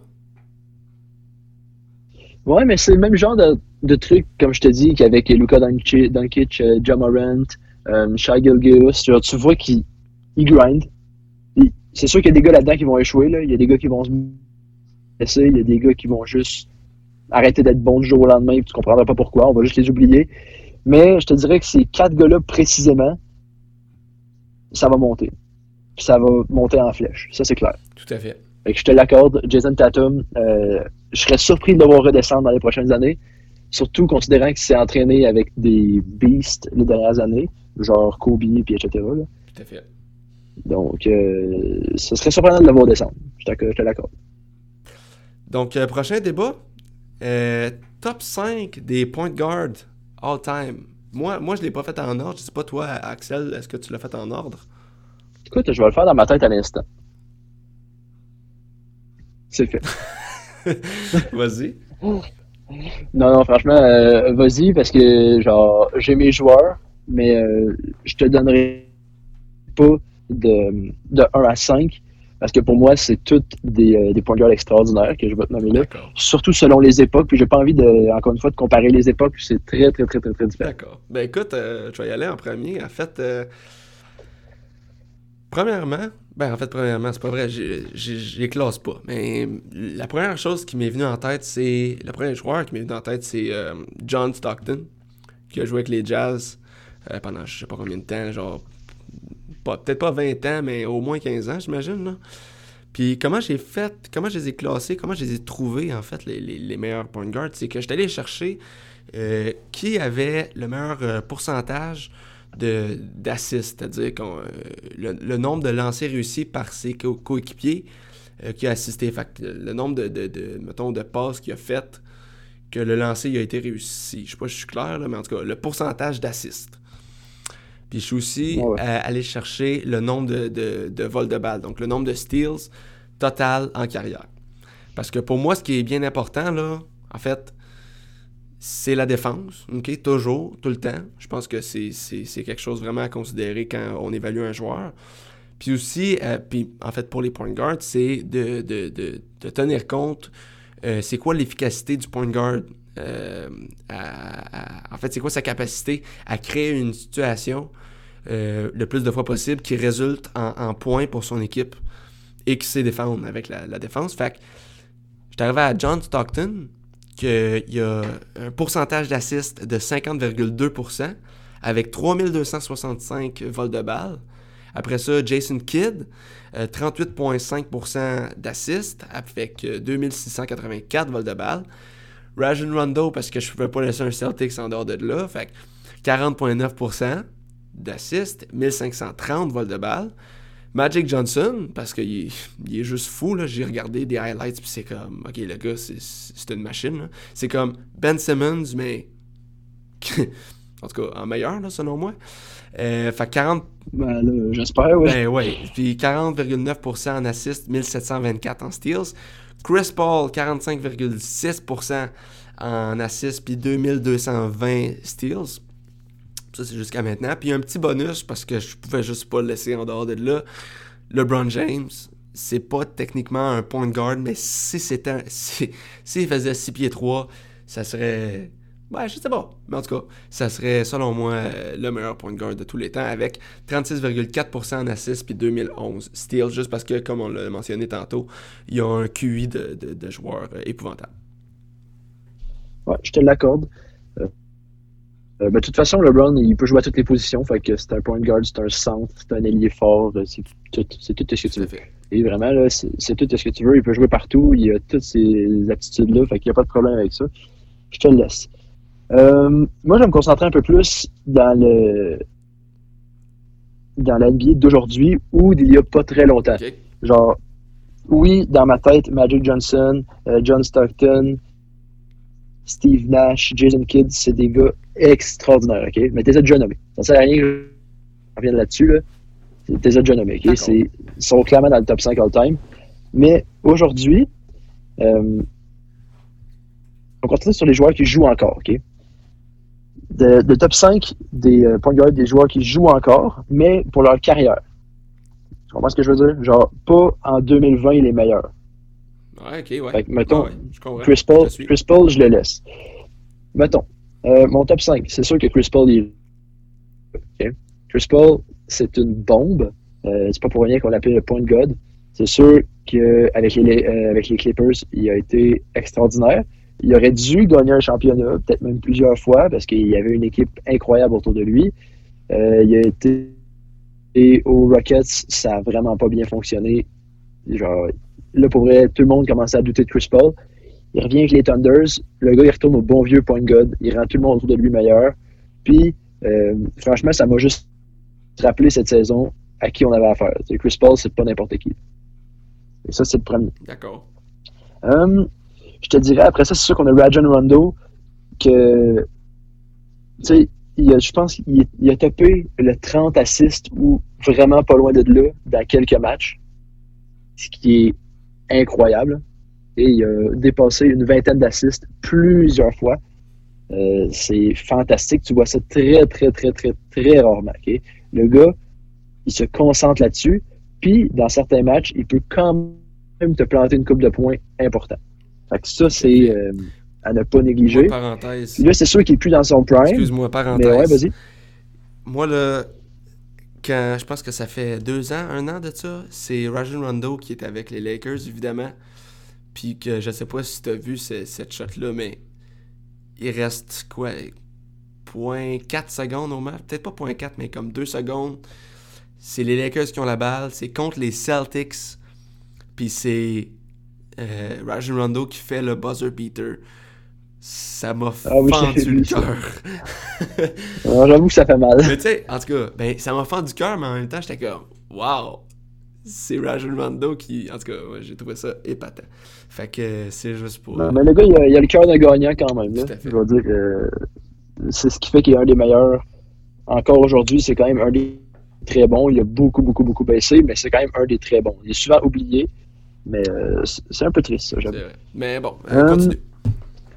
Ouais, mais c'est le même genre de, de truc, comme je te dis, qu'avec Luka Doncic, Doncic euh, Ja Morant, euh, Shai Gilgeous. Genre, tu vois qu'il il grind. Il- C'est sûr qu'il y a des gars là-dedans qui vont échouer. Là. Il y a des gars qui vont se blesser. Il y a des gars qui vont juste arrêter d'être bons du jour au lendemain. Puis tu comprendras pas pourquoi. On va juste les oublier. Mais je te dirais que ces quatre gars-là, précisément, ça va monter. Puis ça va monter en flèche. Ça, c'est clair. Tout à fait. Fait que je te l'accorde, Jason Tatum, euh, je serais surpris de le voir redescendre dans les prochaines années, surtout considérant qu'il s'est entraîné avec des beasts les dernières années, genre Kobe et et cetera. Là. Tout à fait. Donc, euh, ce serait surprenant de le voir descendre. Je, t'accorde- je te l'accorde. Donc, euh, prochain débat. Euh, top cinq des point guard all time. Moi, moi je l'ai pas fait en ordre. Je sais pas toi, Axel, est-ce que tu l'as fait en ordre? Écoute, je vais le faire dans ma tête à l'instant. C'est fait. Vas-y. Non, non, franchement, euh, vas-y, parce que, genre, j'ai mes joueurs, mais euh, je te donnerai pas de, de un à cinq, parce que pour moi, c'est toutes des, euh, des points guards extraordinaires que je vais te nommer là, D'accord. surtout selon les époques, puis j'ai pas envie de, encore une fois, de comparer les époques, puis c'est très, très, très, très, très différent. D'accord. Ben écoute, euh, je vais y aller en premier. En fait, euh, premièrement, ben en fait, premièrement, c'est pas vrai, je je les classe pas. Mais la première chose qui m'est venue en tête, c'est. Le premier joueur qui m'est venu en tête, c'est euh, John Stockton, qui a joué avec les Jazz euh, pendant je sais pas combien de temps, genre. Pas, peut-être pas vingt ans, mais au moins quinze ans, j'imagine. Là. Puis comment j'ai fait, comment je les ai classés, comment je les ai trouvés, en fait, les, les, les meilleurs point guards, c'est que j'étais allé chercher euh, qui avait le meilleur euh, pourcentage de, d'assists, c'est-à-dire qu'on, euh, le, le nombre de lancers réussis par ses co- coéquipiers euh, qui a assisté. Fait que le nombre de, de, de, mettons, de passes qu'il a faites que le lancer il a été réussi. Je sais pas si je suis clair, là, mais en tout cas, le pourcentage d'assists. Puis je suis aussi Ouais, ouais. euh, allé chercher le nombre de, de, de vols de balles, donc le nombre de steals total en carrière. Parce que pour moi, ce qui est bien important, là, en fait, c'est la défense, ok, toujours, tout le temps. Je pense que c'est, c'est, c'est quelque chose vraiment à considérer quand on évalue un joueur. Puis aussi, euh, puis en fait, pour les point guards, c'est de, de, de, de tenir compte, euh, c'est quoi l'efficacité du point guard. Euh, à- à- en fait, c'est quoi sa capacité à créer une situation euh, le plus de fois possible qui résulte en, en points pour son équipe et qui sait défendre avec la, la défense. Fait que j'étais arrivé à John Stockton, qu'il a un pourcentage d'assist de cinquante virgule deux pour cent avec trois mille deux cent soixante-cinq vols de balle. Après ça, Jason Kidd, euh, trente-huit virgule cinq pour cent d'assist avec euh, deux mille six cent quatre-vingt-quatre vols de balle. Rajon Rondo, parce que je ne pouvais pas laisser un Celtics en dehors de là, fait que quarante virgule neuf pour cent d'assist, mille cinq cent trente vols de balle. Magic Johnson, parce qu'il est, il est juste fou, là. J'ai regardé des highlights, puis c'est comme, ok, le gars, c'est, c'est une machine, là. C'est comme Ben Simmons, mais en tout cas, en meilleur, là, selon moi. Euh, fait quarante. Ben là, j'espère, oui. Ben ouais. Puis quarante virgule neuf pour cent en assist, mille sept cent vingt-quatre en steals. Chris Paul, quarante-cinq virgule six pour cent en assist, puis deux mille deux cent vingt steals. Ça, c'est jusqu'à maintenant. Puis un petit bonus, parce que je pouvais juste pas le laisser en dehors de là. LeBron James, c'est pas techniquement un point guard, mais si c'était. Si, s'il faisait six pieds trois, ça serait. Ouais, je sais pas. Mais en tout cas, ça serait, selon moi, le meilleur point guard de tous les temps, avec trente-six virgule quatre pour cent en assist puis deux mille onze steals, juste parce que, comme on l'a mentionné tantôt, il y a un Q I de, de, de joueur euh, épouvantable. Ouais, je te l'accorde. Euh, euh, ben, de toute façon, LeBron, il peut jouer à toutes les positions. Fait que c'est un point guard, c'est un centre, c'est un ailier fort, euh, c'est tout, c'est tout ce que tu Tout à veux. fait. Et vraiment, là, c'est, c'est tout ce que tu veux. Il peut jouer partout. Il a toutes ces aptitudes-là. Fait qu'il n'y a pas de problème avec ça. Je te le laisse. Euh, moi, je vais me concentrer un peu plus dans le dans la N B A d'aujourd'hui ou d'il y a pas très longtemps. OK. Genre, oui, dans ma tête, Magic Johnson, euh, John Stockton, Steve Nash, Jason Kidd, c'est des gars extraordinaires, OK? Mais t'es déjà nommés. Ça sert à rien que je revienne là-dessus, là. T'es déjà nommés, OK? C'est, ils sont clairement dans le top cinq all-time. Mais aujourd'hui, euh, on continue sur les joueurs qui jouent encore, OK? De, de top cinq des euh, point guards des joueurs qui jouent encore, mais pour leur carrière. Tu comprends ce que je veux dire? Genre, pas en deux mille vingt les meilleurs. Ouais, ok, ouais. Fait que, mettons, ouais, je comprends. Chris Paul, Je Chris Paul, je le laisse. Mettons, euh, mon top cinq, c'est sûr que Chris Paul, il... okay. Chris Paul, c'est une bombe. Euh, c'est pas pour rien qu'on l'appelle le point god. C'est sûr qu'avec les, euh, avec les Clippers, il a été extraordinaire. Il aurait dû gagner un championnat, peut-être même plusieurs fois, parce qu'il y avait une équipe incroyable autour de lui. Euh, il a été et aux Rockets, ça a vraiment pas bien fonctionné. Genre, là, pour vrai, tout le monde commençait à douter de Chris Paul. Il revient avec les Thunders. Le gars, il retourne au bon vieux point god. Il rend tout le monde autour de lui meilleur. Puis, euh, franchement, ça m'a juste rappelé cette saison à qui on avait affaire. T'sais, Chris Paul, c'est pas n'importe qui. Et ça, c'est le premier. D'accord. Um, je te dirais, après ça, c'est sûr qu'on a Rajon Rondo, que, tu sais, je pense qu'il il a topé le trente assists ou vraiment pas loin de là dans quelques matchs, ce qui est incroyable. Et il a dépassé une vingtaine d'assists plusieurs fois. Euh, c'est fantastique. Tu vois ça très, très, très, très, très rarement. Okay? Le gars, il se concentre là-dessus. Puis, dans certains matchs, il peut quand même te planter une coupe de points important. Fait que ça, c'est euh, à ne pas négliger. Moi, parenthèse. Là, c'est sûr qu'il n'est plus dans son prime. Excuse-moi, parenthèse. Mais ouais, vas-y. Moi, là, quand je pense que ça fait deux ans, un an de ça, c'est Rajon Rondo qui est avec les Lakers, évidemment. Puis que je sais pas si tu as vu ce, cette shot-là, mais il reste quoi, zéro virgule quatre secondes au match? Peut-être pas zéro virgule quatre, mais comme deux secondes. C'est les Lakers qui ont la balle, c'est contre les Celtics. Puis c'est euh, Rajon Rondo qui fait le buzzer beater. Ça m'a ah oui, fendu le cœur. Alors, j'avoue que ça fait mal. Mais tu sais, en tout cas, ben, ça m'a fendu le cœur, mais en même temps, j'étais comme, wow! C'est Rajon Rondo qui, en tout cas, ouais, j'ai trouvé ça épatant. Fait que c'est juste pour... Non, mais le gars, il a, il a le cœur d'un gagnant quand même. Là. Tout à fait. Je veux dire que c'est ce qui fait qu'il est un des meilleurs. Encore aujourd'hui, c'est quand même un des très bons. Il a beaucoup, beaucoup, beaucoup baissé, mais c'est quand même un des très bons. Il est souvent oublié, mais euh, c'est un peu triste, ça, j'avoue. C'est vrai. Mais bon, euh, continue. Um,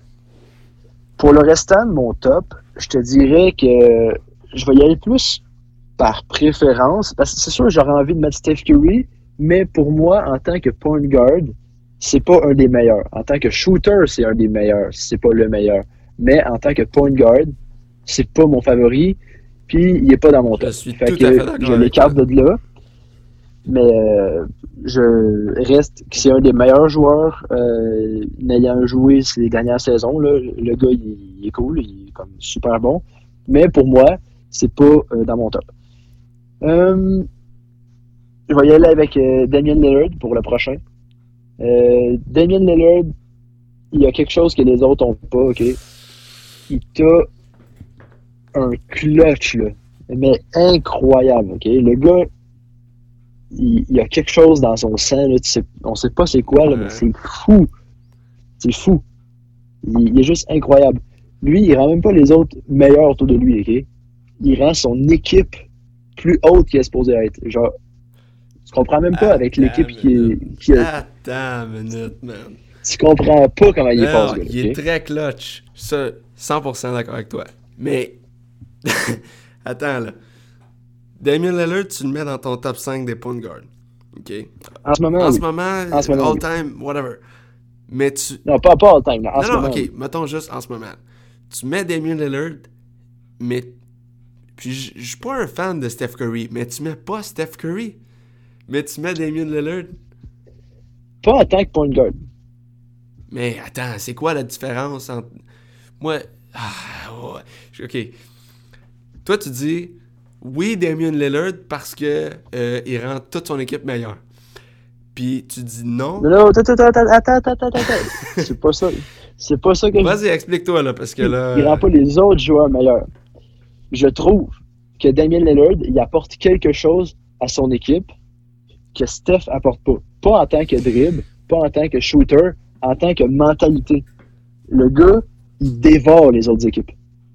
pour le restant de mon top, je te dirais que je vais y aller plus par préférence, parce que c'est sûr, j'aurais envie de mettre Steph Curry, mais pour moi, en tant que point guard, c'est pas un des meilleurs. En tant que shooter, c'est un des meilleurs, c'est pas le meilleur. Mais en tant que point guard, c'est pas mon favori, puis il est pas dans mon top. Je suis fait tout que à fait d'accord. Je l'écarte de là, mais euh, je reste que c'est un des meilleurs joueurs euh, n'ayant joué ces dernières saisons. Là. Le gars, il, il est cool, il est comme super bon, mais pour moi, c'est pas euh, dans mon top. Euh, je vais y aller avec euh, Damian Lillard pour le prochain. Euh, Damian Lillard, il y a quelque chose que les autres n'ont pas, ok? Il t'a un clutch, là, mais incroyable, ok? Le gars, il, il y a quelque chose dans son sang, là, tu sais, on sait pas c'est quoi, là, mais c'est fou. C'est fou. Il, il est juste incroyable. Lui, il rend même pas les autres meilleurs autour de lui, ok? Il rend son équipe plus haute qu'elle est supposée être. Genre, tu comprends même pas avec l'équipe qui est, qui a... Attends une minute, man. Tu comprends pas comment il est fort, ce gars. Il est très clutch. Ça, cent pour cent d'accord avec toi. Mais, attends là. Damien Lillard, tu le mets dans ton top cinq des point guard. OK? En ce moment, En oui. ce moment, en ce moment all oui. time, whatever. Mais tu... Non, pas, pas all time. Non, en non, ce non, moment, OK. oui. Mettons juste en ce moment. Tu mets Damien Lillard, mais... Puis je suis pas un fan de Steph Curry, mais tu mets pas Steph Curry. Mais tu mets Damien Lillard. Pas en tant que point guard. Mais attends, c'est quoi la différence entre... Moi... Ah, ouais. OK. Toi, tu dis... Oui, Damian Lillard, parce que euh, il rend toute son équipe meilleure. Puis tu dis non... Non, non, attends, attends, attends, attends, attends, attends. C'est pas ça. C'est pas ça que je... Vas-y, explique-toi, là, parce que là... Il rend pas les autres joueurs meilleurs. Je trouve que Damian Lillard, il apporte quelque chose à son équipe que Steph apporte pas. Pas en tant que dribble, pas en tant que shooter, en tant que mentalité. Le gars, il dévore les autres équipes.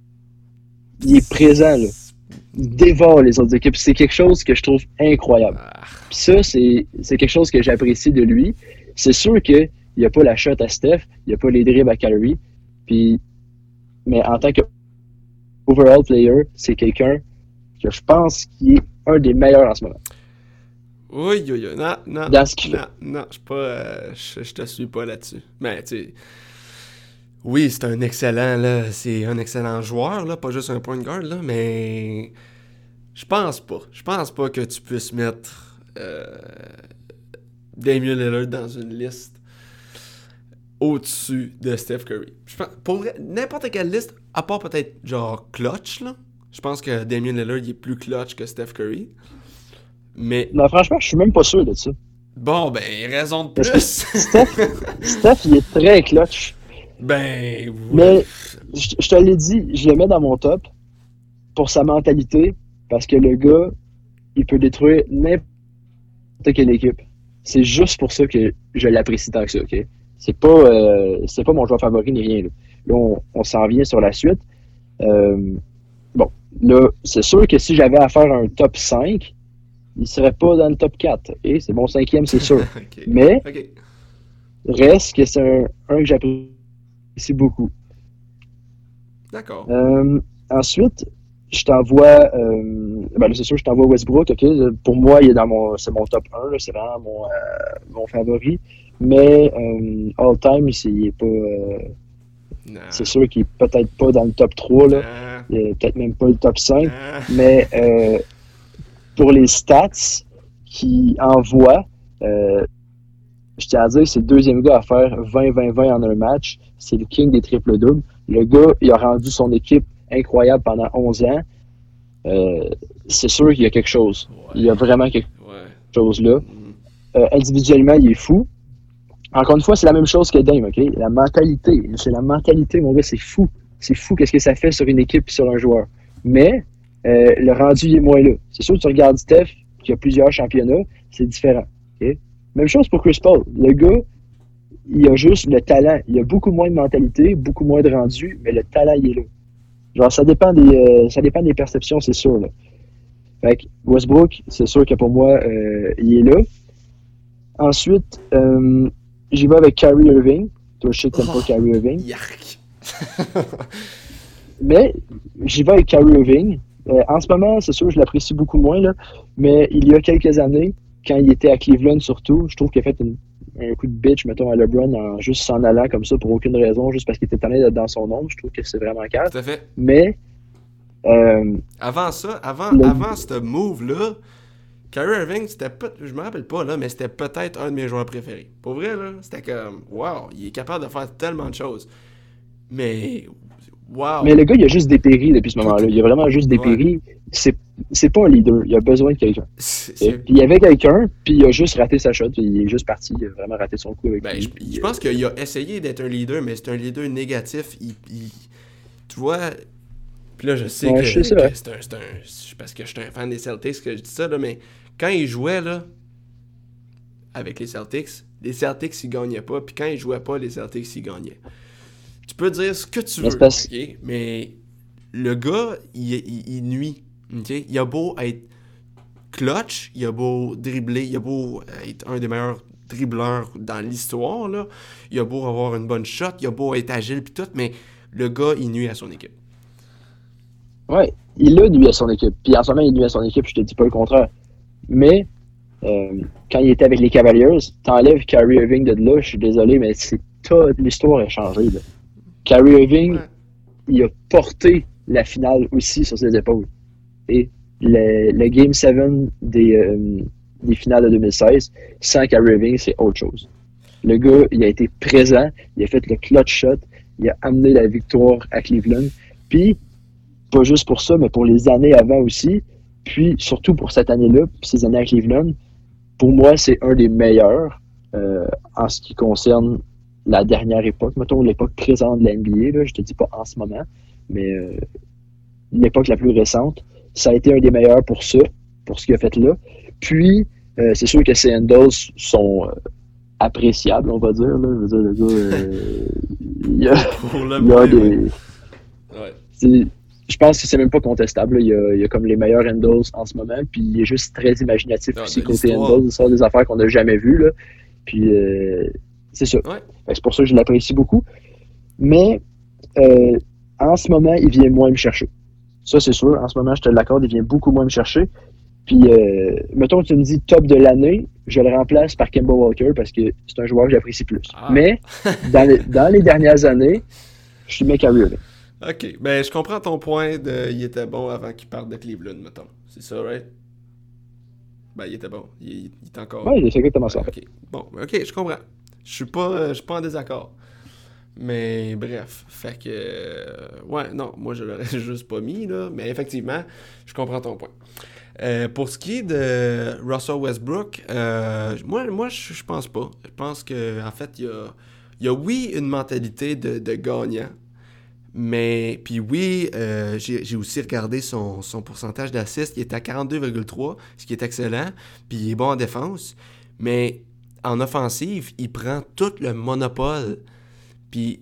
Il est présent, là. Il dévore les autres équipes. C'est quelque chose que je trouve incroyable. Puis ça, c'est, c'est quelque chose que j'apprécie de lui. C'est sûr qu'il n'y a pas la shot à Steph, il n'y a pas les dribbles à Kyrie. Puis, mais en tant que overall player, c'est quelqu'un que je pense qui est un des meilleurs en ce moment. Oui, oui, oui. Non, non. Dans ce qu'il non, fait. non, je suis pas. Euh, je, je te suis pas là-dessus. Mais, tu sais. Oui, c'est un excellent, là. C'est un excellent joueur, là. Pas juste un point guard, là. Mais. Je pense pas. Je pense pas que tu puisses mettre. Euh, Damian Lillard dans une liste au-dessus de Steph Curry. Je pense, pour vrai, n'importe quelle liste, à part peut-être genre clutch, là. Je pense que Damian Lillard il est plus clutch que Steph Curry. Mais. Non, franchement, je suis même pas sûr de ça. Bon, ben, raison de Parce que plus. Steph, Steph, il est très clutch. Ben, oui. Mais je, je te l'ai dit, je le mets dans mon top pour sa mentalité, parce que le gars, il peut détruire n'importe quelle équipe. C'est juste pour ça que je l'apprécie tant que ça, ok? C'est pas, euh, c'est pas mon joueur favori ni rien. Là, là on, on s'en vient sur la suite. Euh, bon, là, c'est sûr que si j'avais à faire un top cinq, il serait pas dans le top quatre. Et c'est mon cinquième, c'est sûr. Okay. Mais Okay. reste que c'est un, un que j'apprécie beaucoup. D'accord. Euh, ensuite, je t'envoie, euh, ben là, c'est sûr, je t'envoie Westbrook. Ok, pour moi, il est dans mon, c'est mon top un. Là, c'est vraiment mon, euh, mon favori. Mais euh, all time, c'est, il est pas. Euh, Non. c'est sûr qu'il est peut-être pas dans le top trois. Là. Non. Il est peut-être même pas le top cinq. Non. Mais euh, pour les stats qu'il envoie, euh, je tiens à dire que c'est le deuxième gars à faire vingt vingt vingt en un match. C'est le king des triples-doubles. Le gars, il a rendu son équipe incroyable pendant onze ans. Euh, c'est sûr qu'il y a quelque chose. Ouais. Il y a vraiment quelque Ouais. chose là. Mm. Euh, individuellement, il est fou. Encore une fois, c'est la même chose que Dame, OK? La mentalité. C'est la mentalité, mon gars, c'est fou. C'est fou qu'est-ce que ça fait sur une équipe et sur un joueur. Mais euh, le rendu, il est moins là. C'est sûr que tu regardes Steph, qui a plusieurs championnats, c'est différent. OK? Même chose pour Chris Paul. Le gars, il a juste le talent. Il a beaucoup moins de mentalité, beaucoup moins de rendu, mais le talent, il est là. Genre, ça dépend des, euh, ça dépend des perceptions, c'est sûr. Là. Fait que Westbrook, c'est sûr que pour moi, euh, il est là. Ensuite, euh, j'y vais avec Kyrie Irving. Toi, je sais que t'aimes Oh, pas Kyrie Irving. Yark. Mais j'y vais avec Kyrie Irving. Euh, en ce moment, c'est sûr, je l'apprécie beaucoup moins. Là, mais il y a quelques années, quand il était à Cleveland surtout, je trouve qu'il a fait une, un coup de bitch, mettons, à LeBron, en juste s'en allant comme ça pour aucune raison, juste parce qu'il était tanné d'être dans son ombre. Je trouve que c'est vraiment calme. Tout à fait. Mais euh, Avant ça, avant, Le- avant ce move-là, Kyrie Irving, c'était pas, je me rappelle pas, là, mais c'était peut-être un de mes joueurs préférés. Pour vrai, là, c'était comme, wow, il est capable de faire tellement de choses. Mais, wow. Mais le gars, il a juste dépéri depuis ce moment-là. Il a vraiment juste dépéri. Ouais. C'est, c'est pas un leader. Il a besoin de quelqu'un. C'est- Et c'est- puis il y avait quelqu'un, puis il a juste raté sa shot. Il est juste parti. Il a vraiment raté son coup avec Ben, lui. je, Puis, je euh, pense qu'il a essayé d'être un leader, mais c'est un leader négatif. Il, il- tu vois, puis là, je sais Ouais, que, je sais ça, que ouais. c'est un, c'est un- c'est parce que je suis un fan des Celtics que je dis ça, là, mais quand il jouait, là, avec les Celtics, les Celtics, ils gagnaient pas, puis quand ils jouaient pas, les Celtics, ils gagnaient. Tu peux dire ce que tu Mais veux, c'est parce- ok? Mais le gars, il, il- il nuit, ok? Il a beau être clutch, il a beau dribbler, il a beau être un des meilleurs dribbleurs dans l'histoire, là. Il a beau avoir une bonne shot, il a beau être agile pis tout, mais le gars, il nuit à son équipe. Ouais, il a nuit à son équipe. Puis en ce moment, il nuit à son équipe. Je te dis pas le contraire. Mais euh, quand il était avec les Cavaliers, t'enlèves Kyrie Irving de là. Je suis désolé, mais c'est toute l'histoire a changé. Là. Kyrie Irving, Ouais. il a porté la finale aussi sur ses épaules. Et le, le Game sept des, euh, des finales de deux mille seize, sans Kyrie Irving, c'est autre chose. Le gars, il a été présent, il a fait le clutch shot, il a amené la victoire à Cleveland. Puis, pas juste pour ça, mais pour les années avant aussi, puis surtout pour cette année-là, puis ces années à Cleveland, pour moi, c'est un des meilleurs euh, en ce qui concerne la dernière époque, mettons l'époque présente de la N B A, là, je te dis pas en ce moment, mais euh, l'époque la plus récente. ça a été un des meilleurs pour ça, pour ce qu'il a fait là. Puis, euh, c'est sûr que ses handles sont euh, appréciables, on va dire. Là. Je veux dire, le gars, euh, il y a, il y a des... Ouais. Je pense que c'est même pas contestable. Il y, a, il y a comme les meilleurs handles en ce moment, puis il est juste très imaginatif non, aussi côté handles. Il sort des affaires qu'on n'a jamais vues. Là. Puis, euh, c'est ça. Ouais. C'est pour ça que je l'apprécie beaucoup. Mais, euh, en ce moment, il vient moins me chercher. Ça, c'est sûr. En ce moment, je te l'accorde, il vient beaucoup moins me chercher. Puis, euh, mettons que tu me dis top de l'année, je le remplace par Kemba Walker parce que c'est un joueur que j'apprécie plus. Ah. Mais, dans les, dans les dernières années, je suis mec Kyrie Irving. OK. Ben, je comprends ton point de il était bon avant qu'il parte de Cleveland, mettons. C'est ça, right? Ben, il était bon. Il, il, il est encore... Oui, c'est exactement ça. OK. Bon, OK, je comprends. Je suis pas, je suis pas en désaccord. Mais bref, fait que... Euh, ouais, non, moi, je l'aurais juste pas mis, là. Mais effectivement, je comprends ton point. Euh, pour ce qui est de Russell Westbrook, euh, moi, moi je, je pense pas. Je pense que en fait, il y a, il y a, oui, une mentalité de, de gagnant. Mais, puis oui, euh, j'ai, j'ai aussi regardé son, son pourcentage d'assists. Il est à quarante-deux virgule trois, ce qui est excellent. Puis il est bon en défense. Mais en offensive, il prend tout le monopole. Puis,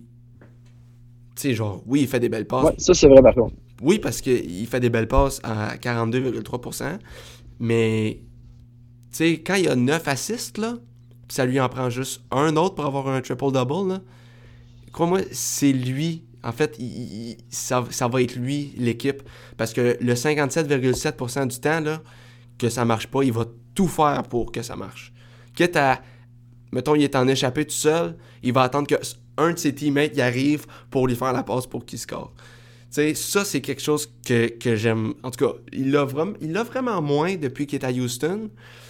tu sais, genre, oui, il fait des belles passes. Ouais, ça, c'est vrai, par contre. Oui, parce qu'il fait des belles passes à quarante-deux virgule trois pour cent. Mais, tu sais, quand il y a neuf assists, là, puis ça lui en prend juste un autre pour avoir un triple-double, là, crois-moi, c'est lui. En fait, il, il, ça, ça va être lui, l'équipe. Parce que le cinquante-sept virgule sept pour cent du temps, là, que ça marche pas, il va tout faire pour que ça marche. Quitte à, mettons, il est en échappé tout seul, il va attendre qu'un de ses teammates y arrive pour lui faire la passe pour qu'il score. Tu sais, ça, c'est quelque chose que, que j'aime. En tout cas, il l'a vraiment, il l'a vraiment moins depuis qu'il est à Houston.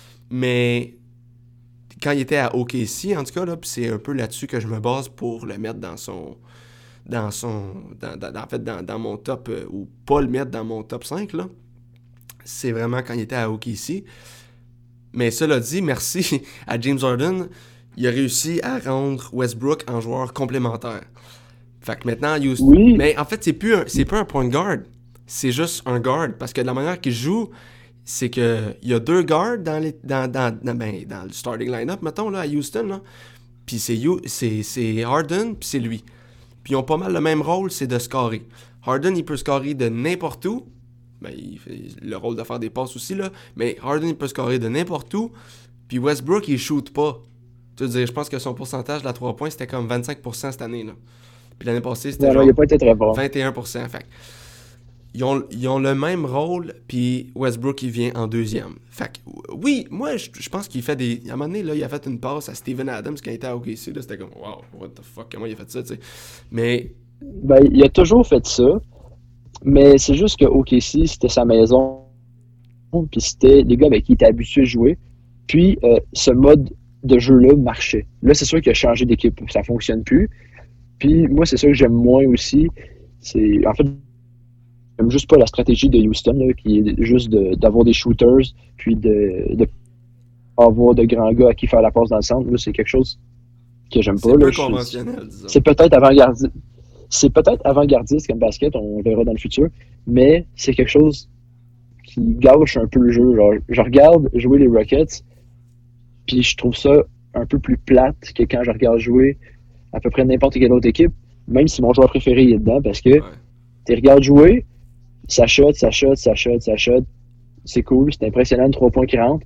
Mais quand il était à O K C, en tout cas, là, puis c'est un peu là-dessus que je me base pour le mettre dans son... dans son... Dans, dans, en fait, dans, dans mon top... Euh, ou pas le mettre dans mon top cinq, là. C'est vraiment quand il était à O K C. Mais cela dit, merci à James Harden, il a réussi à rendre Westbrook en joueur complémentaire. Fait que maintenant, Houston... Oui. Mais en fait, c'est plus un, c'est pas un point guard. C'est juste un guard. Parce que de la manière qu'il joue, c'est qu'il y a deux guards dans, les, dans, dans, dans, ben, dans le starting line-up, mettons, là, à Houston. Là. Puis c'est, c'est, c'est Harden, puis c'est lui. Puis ils ont pas mal le même rôle, c'est de scorer. Harden, il peut scorer de n'importe où. Ben, il fait le rôle de faire des passes aussi, là. Mais Harden, il peut scorer de n'importe où. Puis Westbrook, il shoot pas. Tu veux dire, je pense que son pourcentage de la trois points, c'était comme vingt-cinq pour cent cette année, là. Puis l'année passée, c'était non, genre il a pas été très bon. vingt et un pour cent. Fait ils ont, ils ont le même rôle, puis Westbrook, il vient en deuxième. Fait que, oui, moi, je, je pense qu'il fait des... À un moment donné, là, il a fait une passe à Steven Adams quand il était à O K C. Là, c'était comme, wow, what the fuck, comment il a fait ça, tu sais. Mais... Ben, il a toujours fait ça, mais c'est juste que O K C, c'était sa maison, puis c'était les gars avec qui il était habitué de jouer. Puis, euh, ce mode de jeu-là marchait. Là, c'est sûr qu'il a changé d'équipe, ça fonctionne plus. Puis, moi, c'est ça que j'aime moins aussi. C'est, en fait, j'aime juste pas la stratégie de Houston, là, qui est juste de, d'avoir des shooters, puis de, de avoir de grands gars à qui faire la passe dans le centre. Là, c'est quelque chose que j'aime c'est pas. C'est peu là. conventionnel, c'est, disons. C'est peut-être avant-gardiste. C'est peut-être avant-gardiste comme basket, on verra dans le futur, mais c'est quelque chose qui gâche un peu le jeu. Genre, je regarde jouer les Rockets, puis je trouve ça un peu plus plate que quand je regarde jouer à peu près n'importe quelle autre équipe, même si mon joueur préféré est dedans, parce que ouais. Tu regardes jouer, ça shot, ça shot, ça shot, ça shot, c'est cool, c'est impressionnant, trois points qui rentrent,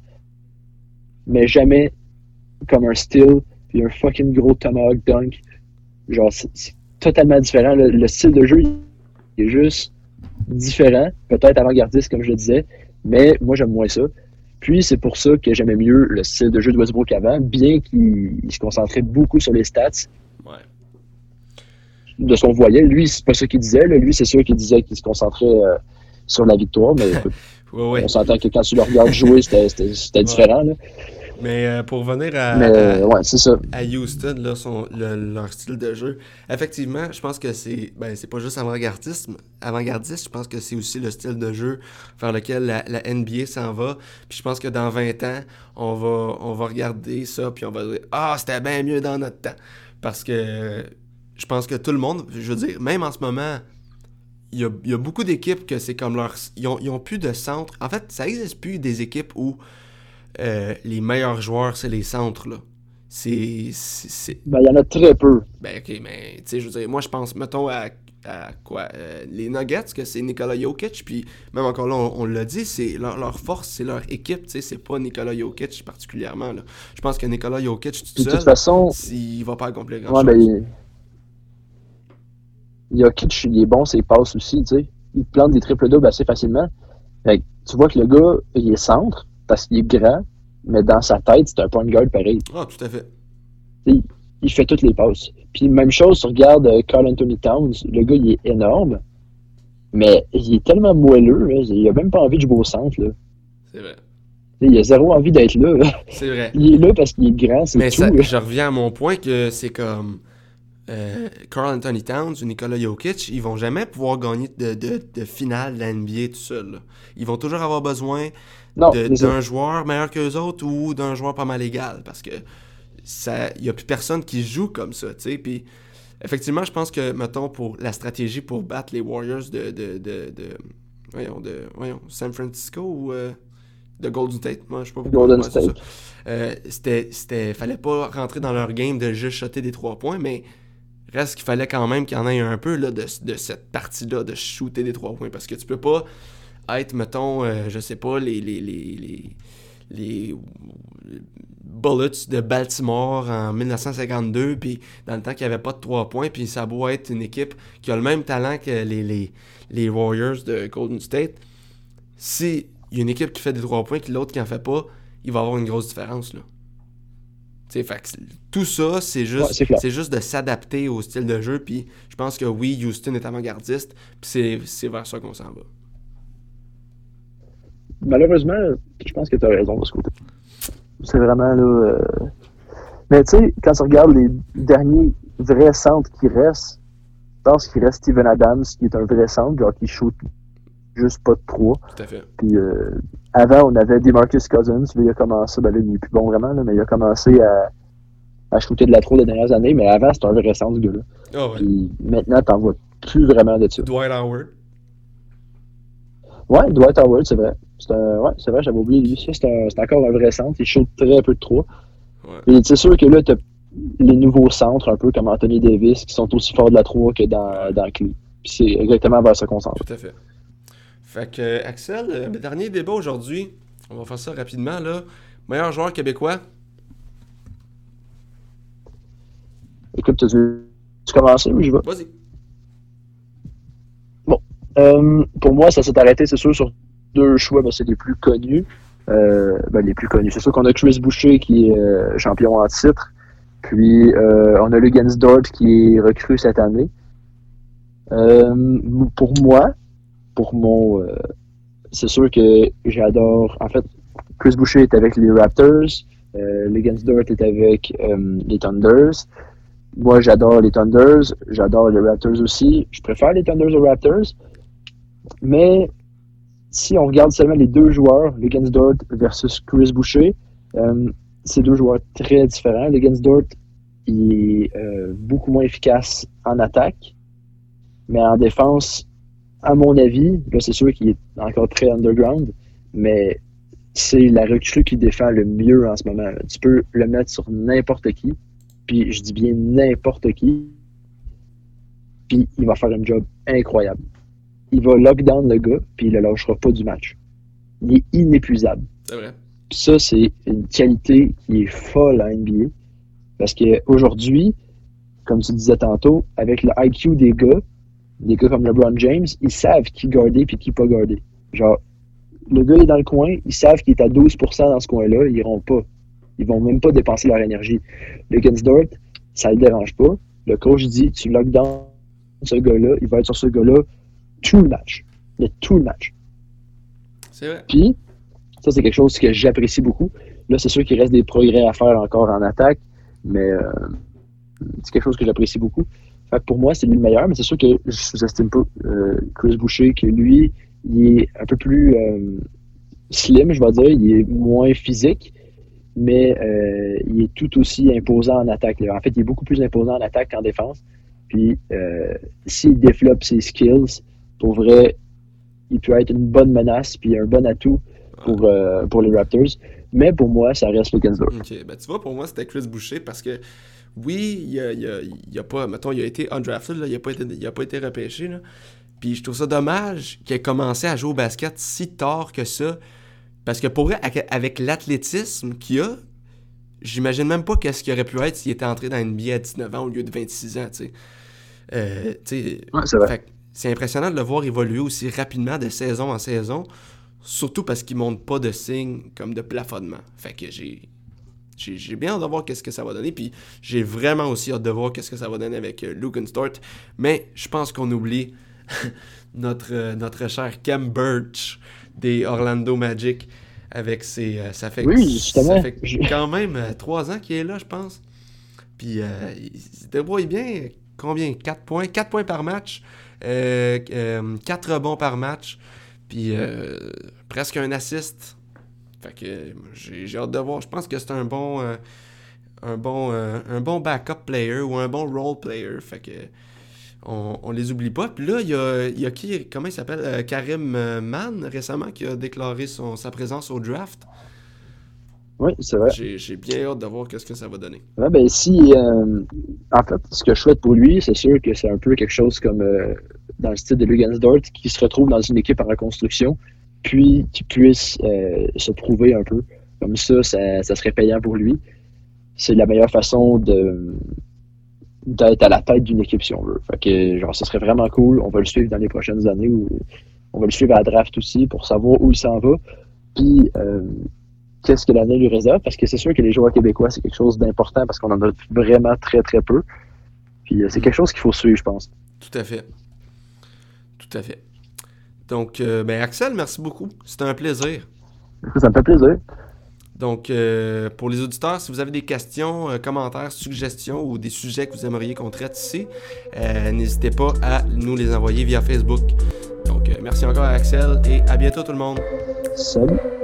mais jamais comme un steal, puis un fucking gros tomahawk dunk. Genre, c'est, c'est totalement différent. Le, le style de jeu, il est juste différent, peut-être avant-gardiste, comme je le disais, mais moi, j'aime moins ça. Puis, c'est pour ça que j'aimais mieux le style de jeu de Westbrook avant, bien qu'il se concentrait beaucoup sur les stats. Ouais. De ce qu'on voyait, lui, c'est pas ça qu'il disait. Là. Lui, c'est sûr qu'il disait qu'il se concentrait euh, sur la victoire, mais écoute, ouais, ouais. on s'entend que quand tu le regardes jouer, c'était, c'était, c'était différent. Ouais. Là. Mais euh, pour revenir à, mais, à, ouais, c'est ça. à Houston, là, son, le, leur style de jeu, effectivement, je pense que c'est ben, c'est pas juste avant-gardisme, avant-gardiste, je pense que c'est aussi le style de jeu vers lequel la, la N B A s'en va. Puis je pense que dans vingt ans, on va, on va regarder ça, puis on va dire « Ah, c'était bien mieux dans notre temps! » Parce que je pense que tout le monde, je veux dire, même en ce moment, il y a, il y a beaucoup d'équipes que c'est comme leur... Ils ont, ils ont plus de centre. En fait, ça n'existe plus des équipes où euh, les meilleurs joueurs, c'est les centres, là. C'est... c'est, c'est... Ben, il y en a très peu. Ben, OK, mais, tu sais, je veux dire, moi, je pense, mettons, à, à quoi? Euh, les Nuggets, que c'est Nikola Jokic, puis même encore là, on, on l'a dit, c'est leur, leur force, c'est leur équipe, tu sais, c'est pas Nikola Jokic particulièrement, là. Je pense que Nikola Jokic, tout Puis, de seul, toute façon, il va pas accomplir ouais, grand-chose. ben, il- Jokic, il est bon, ses passes aussi, tu sais. Il plante des triples-doubles assez facilement. Fait que tu vois que le gars, il est centre parce qu'il est grand, mais dans sa tête, c'est un point guard pareil. Ah, tout à fait. Tu sais, il fait toutes les passes. Puis même chose, tu regardes euh, Karl Anthony Towns, le gars, il est énorme, mais il est tellement moelleux, là, il a même pas envie de jouer au centre, là. C'est vrai. Tu sais, il a zéro envie d'être là, là. C'est vrai. Il est là parce qu'il est grand, c'est Mais tout. ça, là. je reviens à mon point que c'est comme euh, Karl Anthony Towns ou Nikola Jokic, ils vont jamais pouvoir gagner de, de, de finale de la N B A tout seuls, là. Ils vont toujours avoir besoin Non, de- c'est ça. d'un joueur meilleur qu'eux autres ou d'un joueur pas mal égal parce que ça il y a plus personne qui joue comme ça, tu sais. Puis effectivement, je pense que mettons pour la stratégie pour battre les Warriors de de de, de voyons de voyons San Francisco ou euh, de Golden State, moi je sais pas pourquoi. Golden Ouais, c'est ça. State. Euh, c'était c'était fallait pas rentrer dans leur game de juste shotter des trois points, mais reste qu'il fallait quand même qu'il y en ait un peu là, de, de cette partie-là, de shooter des trois points. Parce que tu peux pas être, mettons, euh, je sais pas, les, les, les, les, les Bullets de Baltimore en dix-neuf cent cinquante-deux, puis dans le temps qu'il n'y avait pas de trois points, puis ça a beau être une équipe qui a le même talent que les, les, les Warriors de Golden State. Si il y a une équipe qui fait des trois points et l'autre qui en fait pas, il va y avoir une grosse différence, là. T'sais, fait que tout ça, c'est juste, Ouais, c'est clair. c'est juste de s'adapter au style de jeu. Puis je pense que oui, Houston est avant-gardiste. Puis c'est, c'est vers ça qu'on s'en va. Malheureusement, je pense que tu as raison de ce côté. C'est vraiment là. euh, Mais tu sais, quand tu regardes les derniers vrais centres qui restent, je pense qu'il reste Steven Adams, qui est un vrai centre, genre qui shoot juste pas de trois. Tout à fait. Puis euh, avant, on avait DeMarcus Cousins. Là, il a commencé, ben là, il est plus bon vraiment, là, mais il a commencé à, à shooter de la trois les dernières années. Mais avant, c'était un vrai centre, ce gars-là. Oh, ouais. Puis maintenant, t'en vois plus vraiment de ça. Dwight Howard. Ouais, Dwight Howard, c'est vrai. C'est un, ouais, c'est vrai, j'avais oublié lui. Ça, c'est, un, c'est encore un vrai centre. Il shoot très peu de trois. Ouais. Et c'est sûr que là, t'as les nouveaux centres, un peu comme Anthony Davis, qui sont aussi forts de la trois que dans, dans Clé. Puis c'est exactement vers ça qu'on s'en va. Tout à fait. Fait que, euh, Axel, euh, le dernier débat aujourd'hui, on va faire ça rapidement, là. Meilleur joueur québécois? Écoute, tu veux tu commences ou je vais? Vas-y. Euh, pour moi, ça s'est arrêté, c'est sûr, sur deux choix, ben, c'est les plus connus. Euh, ben, les plus connus. C'est sûr qu'on a Chris Boucher qui est euh, champion en titre. Puis euh, on a Luguentz-Dort qui est recru cette année. Euh, pour moi, pour mon, euh, c'est sûr que j'adore. En fait, Chris Boucher est avec les Raptors, euh, Luguentz-Dort est avec euh, les Thunders. Moi, j'adore les Thunders, j'adore les Raptors aussi. Je préfère les Thunders aux Raptors, mais si on regarde seulement les deux joueurs, Luguentz-Dort versus Chris Boucher, euh, c'est deux joueurs très différents. Luguentz-Dort il est euh, beaucoup moins efficace en attaque, mais en défense, à mon avis, là c'est sûr qu'il est encore très underground, mais c'est la recrue qui défend le mieux en ce moment. Là. Tu peux le mettre sur n'importe qui, puis je dis bien n'importe qui, puis il va faire un job incroyable. Il va lockdown le gars, puis il le lâchera pas du match. Il est inépuisable. C'est vrai. Puis ça, c'est une qualité qui est folle en N B A. Parce qu'aujourd'hui, comme tu disais tantôt, avec le I Q des gars, des gars comme LeBron James, ils savent qui garder puis qui pas garder. Genre, le gars est dans le coin, ils savent qu'il est à douze pour cent dans ce coin-là, ils iront pas. Ils vont même pas dépenser leur énergie. Le Luguentz-Dort, ça le dérange pas. Le coach dit, tu lockdown ce gars-là, il va être sur ce gars-là tout le match. Mais tout le match. C'est vrai. Puis, ça, c'est quelque chose que j'apprécie beaucoup. Là, c'est sûr qu'il reste des progrès à faire encore en attaque, mais euh, c'est quelque chose que j'apprécie beaucoup. Fait que pour moi, c'est lui le meilleur, mais c'est sûr que je sous-estime pas euh, Chris Boucher, que lui, il est un peu plus euh, slim, je vais dire. Il est moins physique, mais euh, il est tout aussi imposant en attaque. Là. En fait, il est beaucoup plus imposant en attaque qu'en défense. Puis, euh, s'il développe ses skills, pour vrai, il peut être une bonne menace puis un bon atout pour, euh, pour les Raptors. Mais pour moi, ça reste Luguentz-Dort. Ok, ben tu vois, pour moi, c'était Chris Boucher parce que oui, il a, il a, il a pas, mettons, il a été undrafted, là, il a pas été, il a pas été repêché, là. Puis je trouve ça dommage qu'il ait commencé à jouer au basket si tard que ça. Parce que pour vrai, avec l'athlétisme qu'il a, j'imagine même pas qu'est-ce qu'il aurait pu être s'il était entré dans une N B A à dix-neuf ans au lieu de vingt-six ans, tu sais. Euh, ouais, c'est vrai. C'est impressionnant de le voir évoluer aussi rapidement de saison en saison, surtout parce qu'il montre pas de signes comme de plafonnement. Fait que j'ai j'ai, j'ai bien hâte de voir qu'est-ce que ça va donner, puis j'ai vraiment aussi hâte de voir qu'est-ce que ça va donner avec euh, Luguentz-Dort. Mais je pense qu'on oublie notre, euh, notre cher Khem Birch des Orlando Magic avec ses... Euh, ça fait, oui, justement. Ça fait quand même euh, trois ans qu'il est là, je pense. Puis euh, il se débrouille bien. Combien? quatre points. quatre points par match. Euh, euh, quatre rebonds par match. Puis euh, presque un assist. Fait que j'ai, j'ai hâte de voir. Je pense que c'est un bon... Euh, un bon, euh, un bon backup player ou un bon role player. Fait que on, on les oublie pas. Puis là, il y a, y a qui, comment il s'appelle? Euh, Karim Mann, récemment, qui a déclaré son, sa présence au draft. Oui, c'est vrai. J'ai, j'ai bien hâte de voir qu'est-ce que ça va donner. Ouais, ben si, euh, en fait, ce que je souhaite pour lui, c'est sûr que c'est un peu quelque chose comme euh, dans le style de Luguentz-Dort, qui se retrouve dans une équipe en reconstruction, puis qui puisse euh, se prouver un peu. Comme ça, ça, ça serait payant pour lui. C'est la meilleure façon de d'être à la tête d'une équipe, si on veut. Fait que, genre, ça serait vraiment cool. On va le suivre dans les prochaines années. Où on va le suivre à la draft aussi pour savoir où il s'en va. Puis, euh, qu'est-ce que l'année lui réserve, parce que c'est sûr que les joueurs québécois, c'est quelque chose d'important parce qu'on en a vraiment très, très peu. Puis c'est quelque chose qu'il faut suivre, je pense. Tout à fait. Tout à fait. Donc, euh, ben Axel, merci beaucoup. C'était un plaisir. Ça me fait plaisir. Donc, euh, pour les auditeurs, si vous avez des questions, euh, commentaires, suggestions ou des sujets que vous aimeriez qu'on traite ici, euh, n'hésitez pas à nous les envoyer via Facebook. Donc, euh, merci encore à Axel et à bientôt tout le monde. Salut.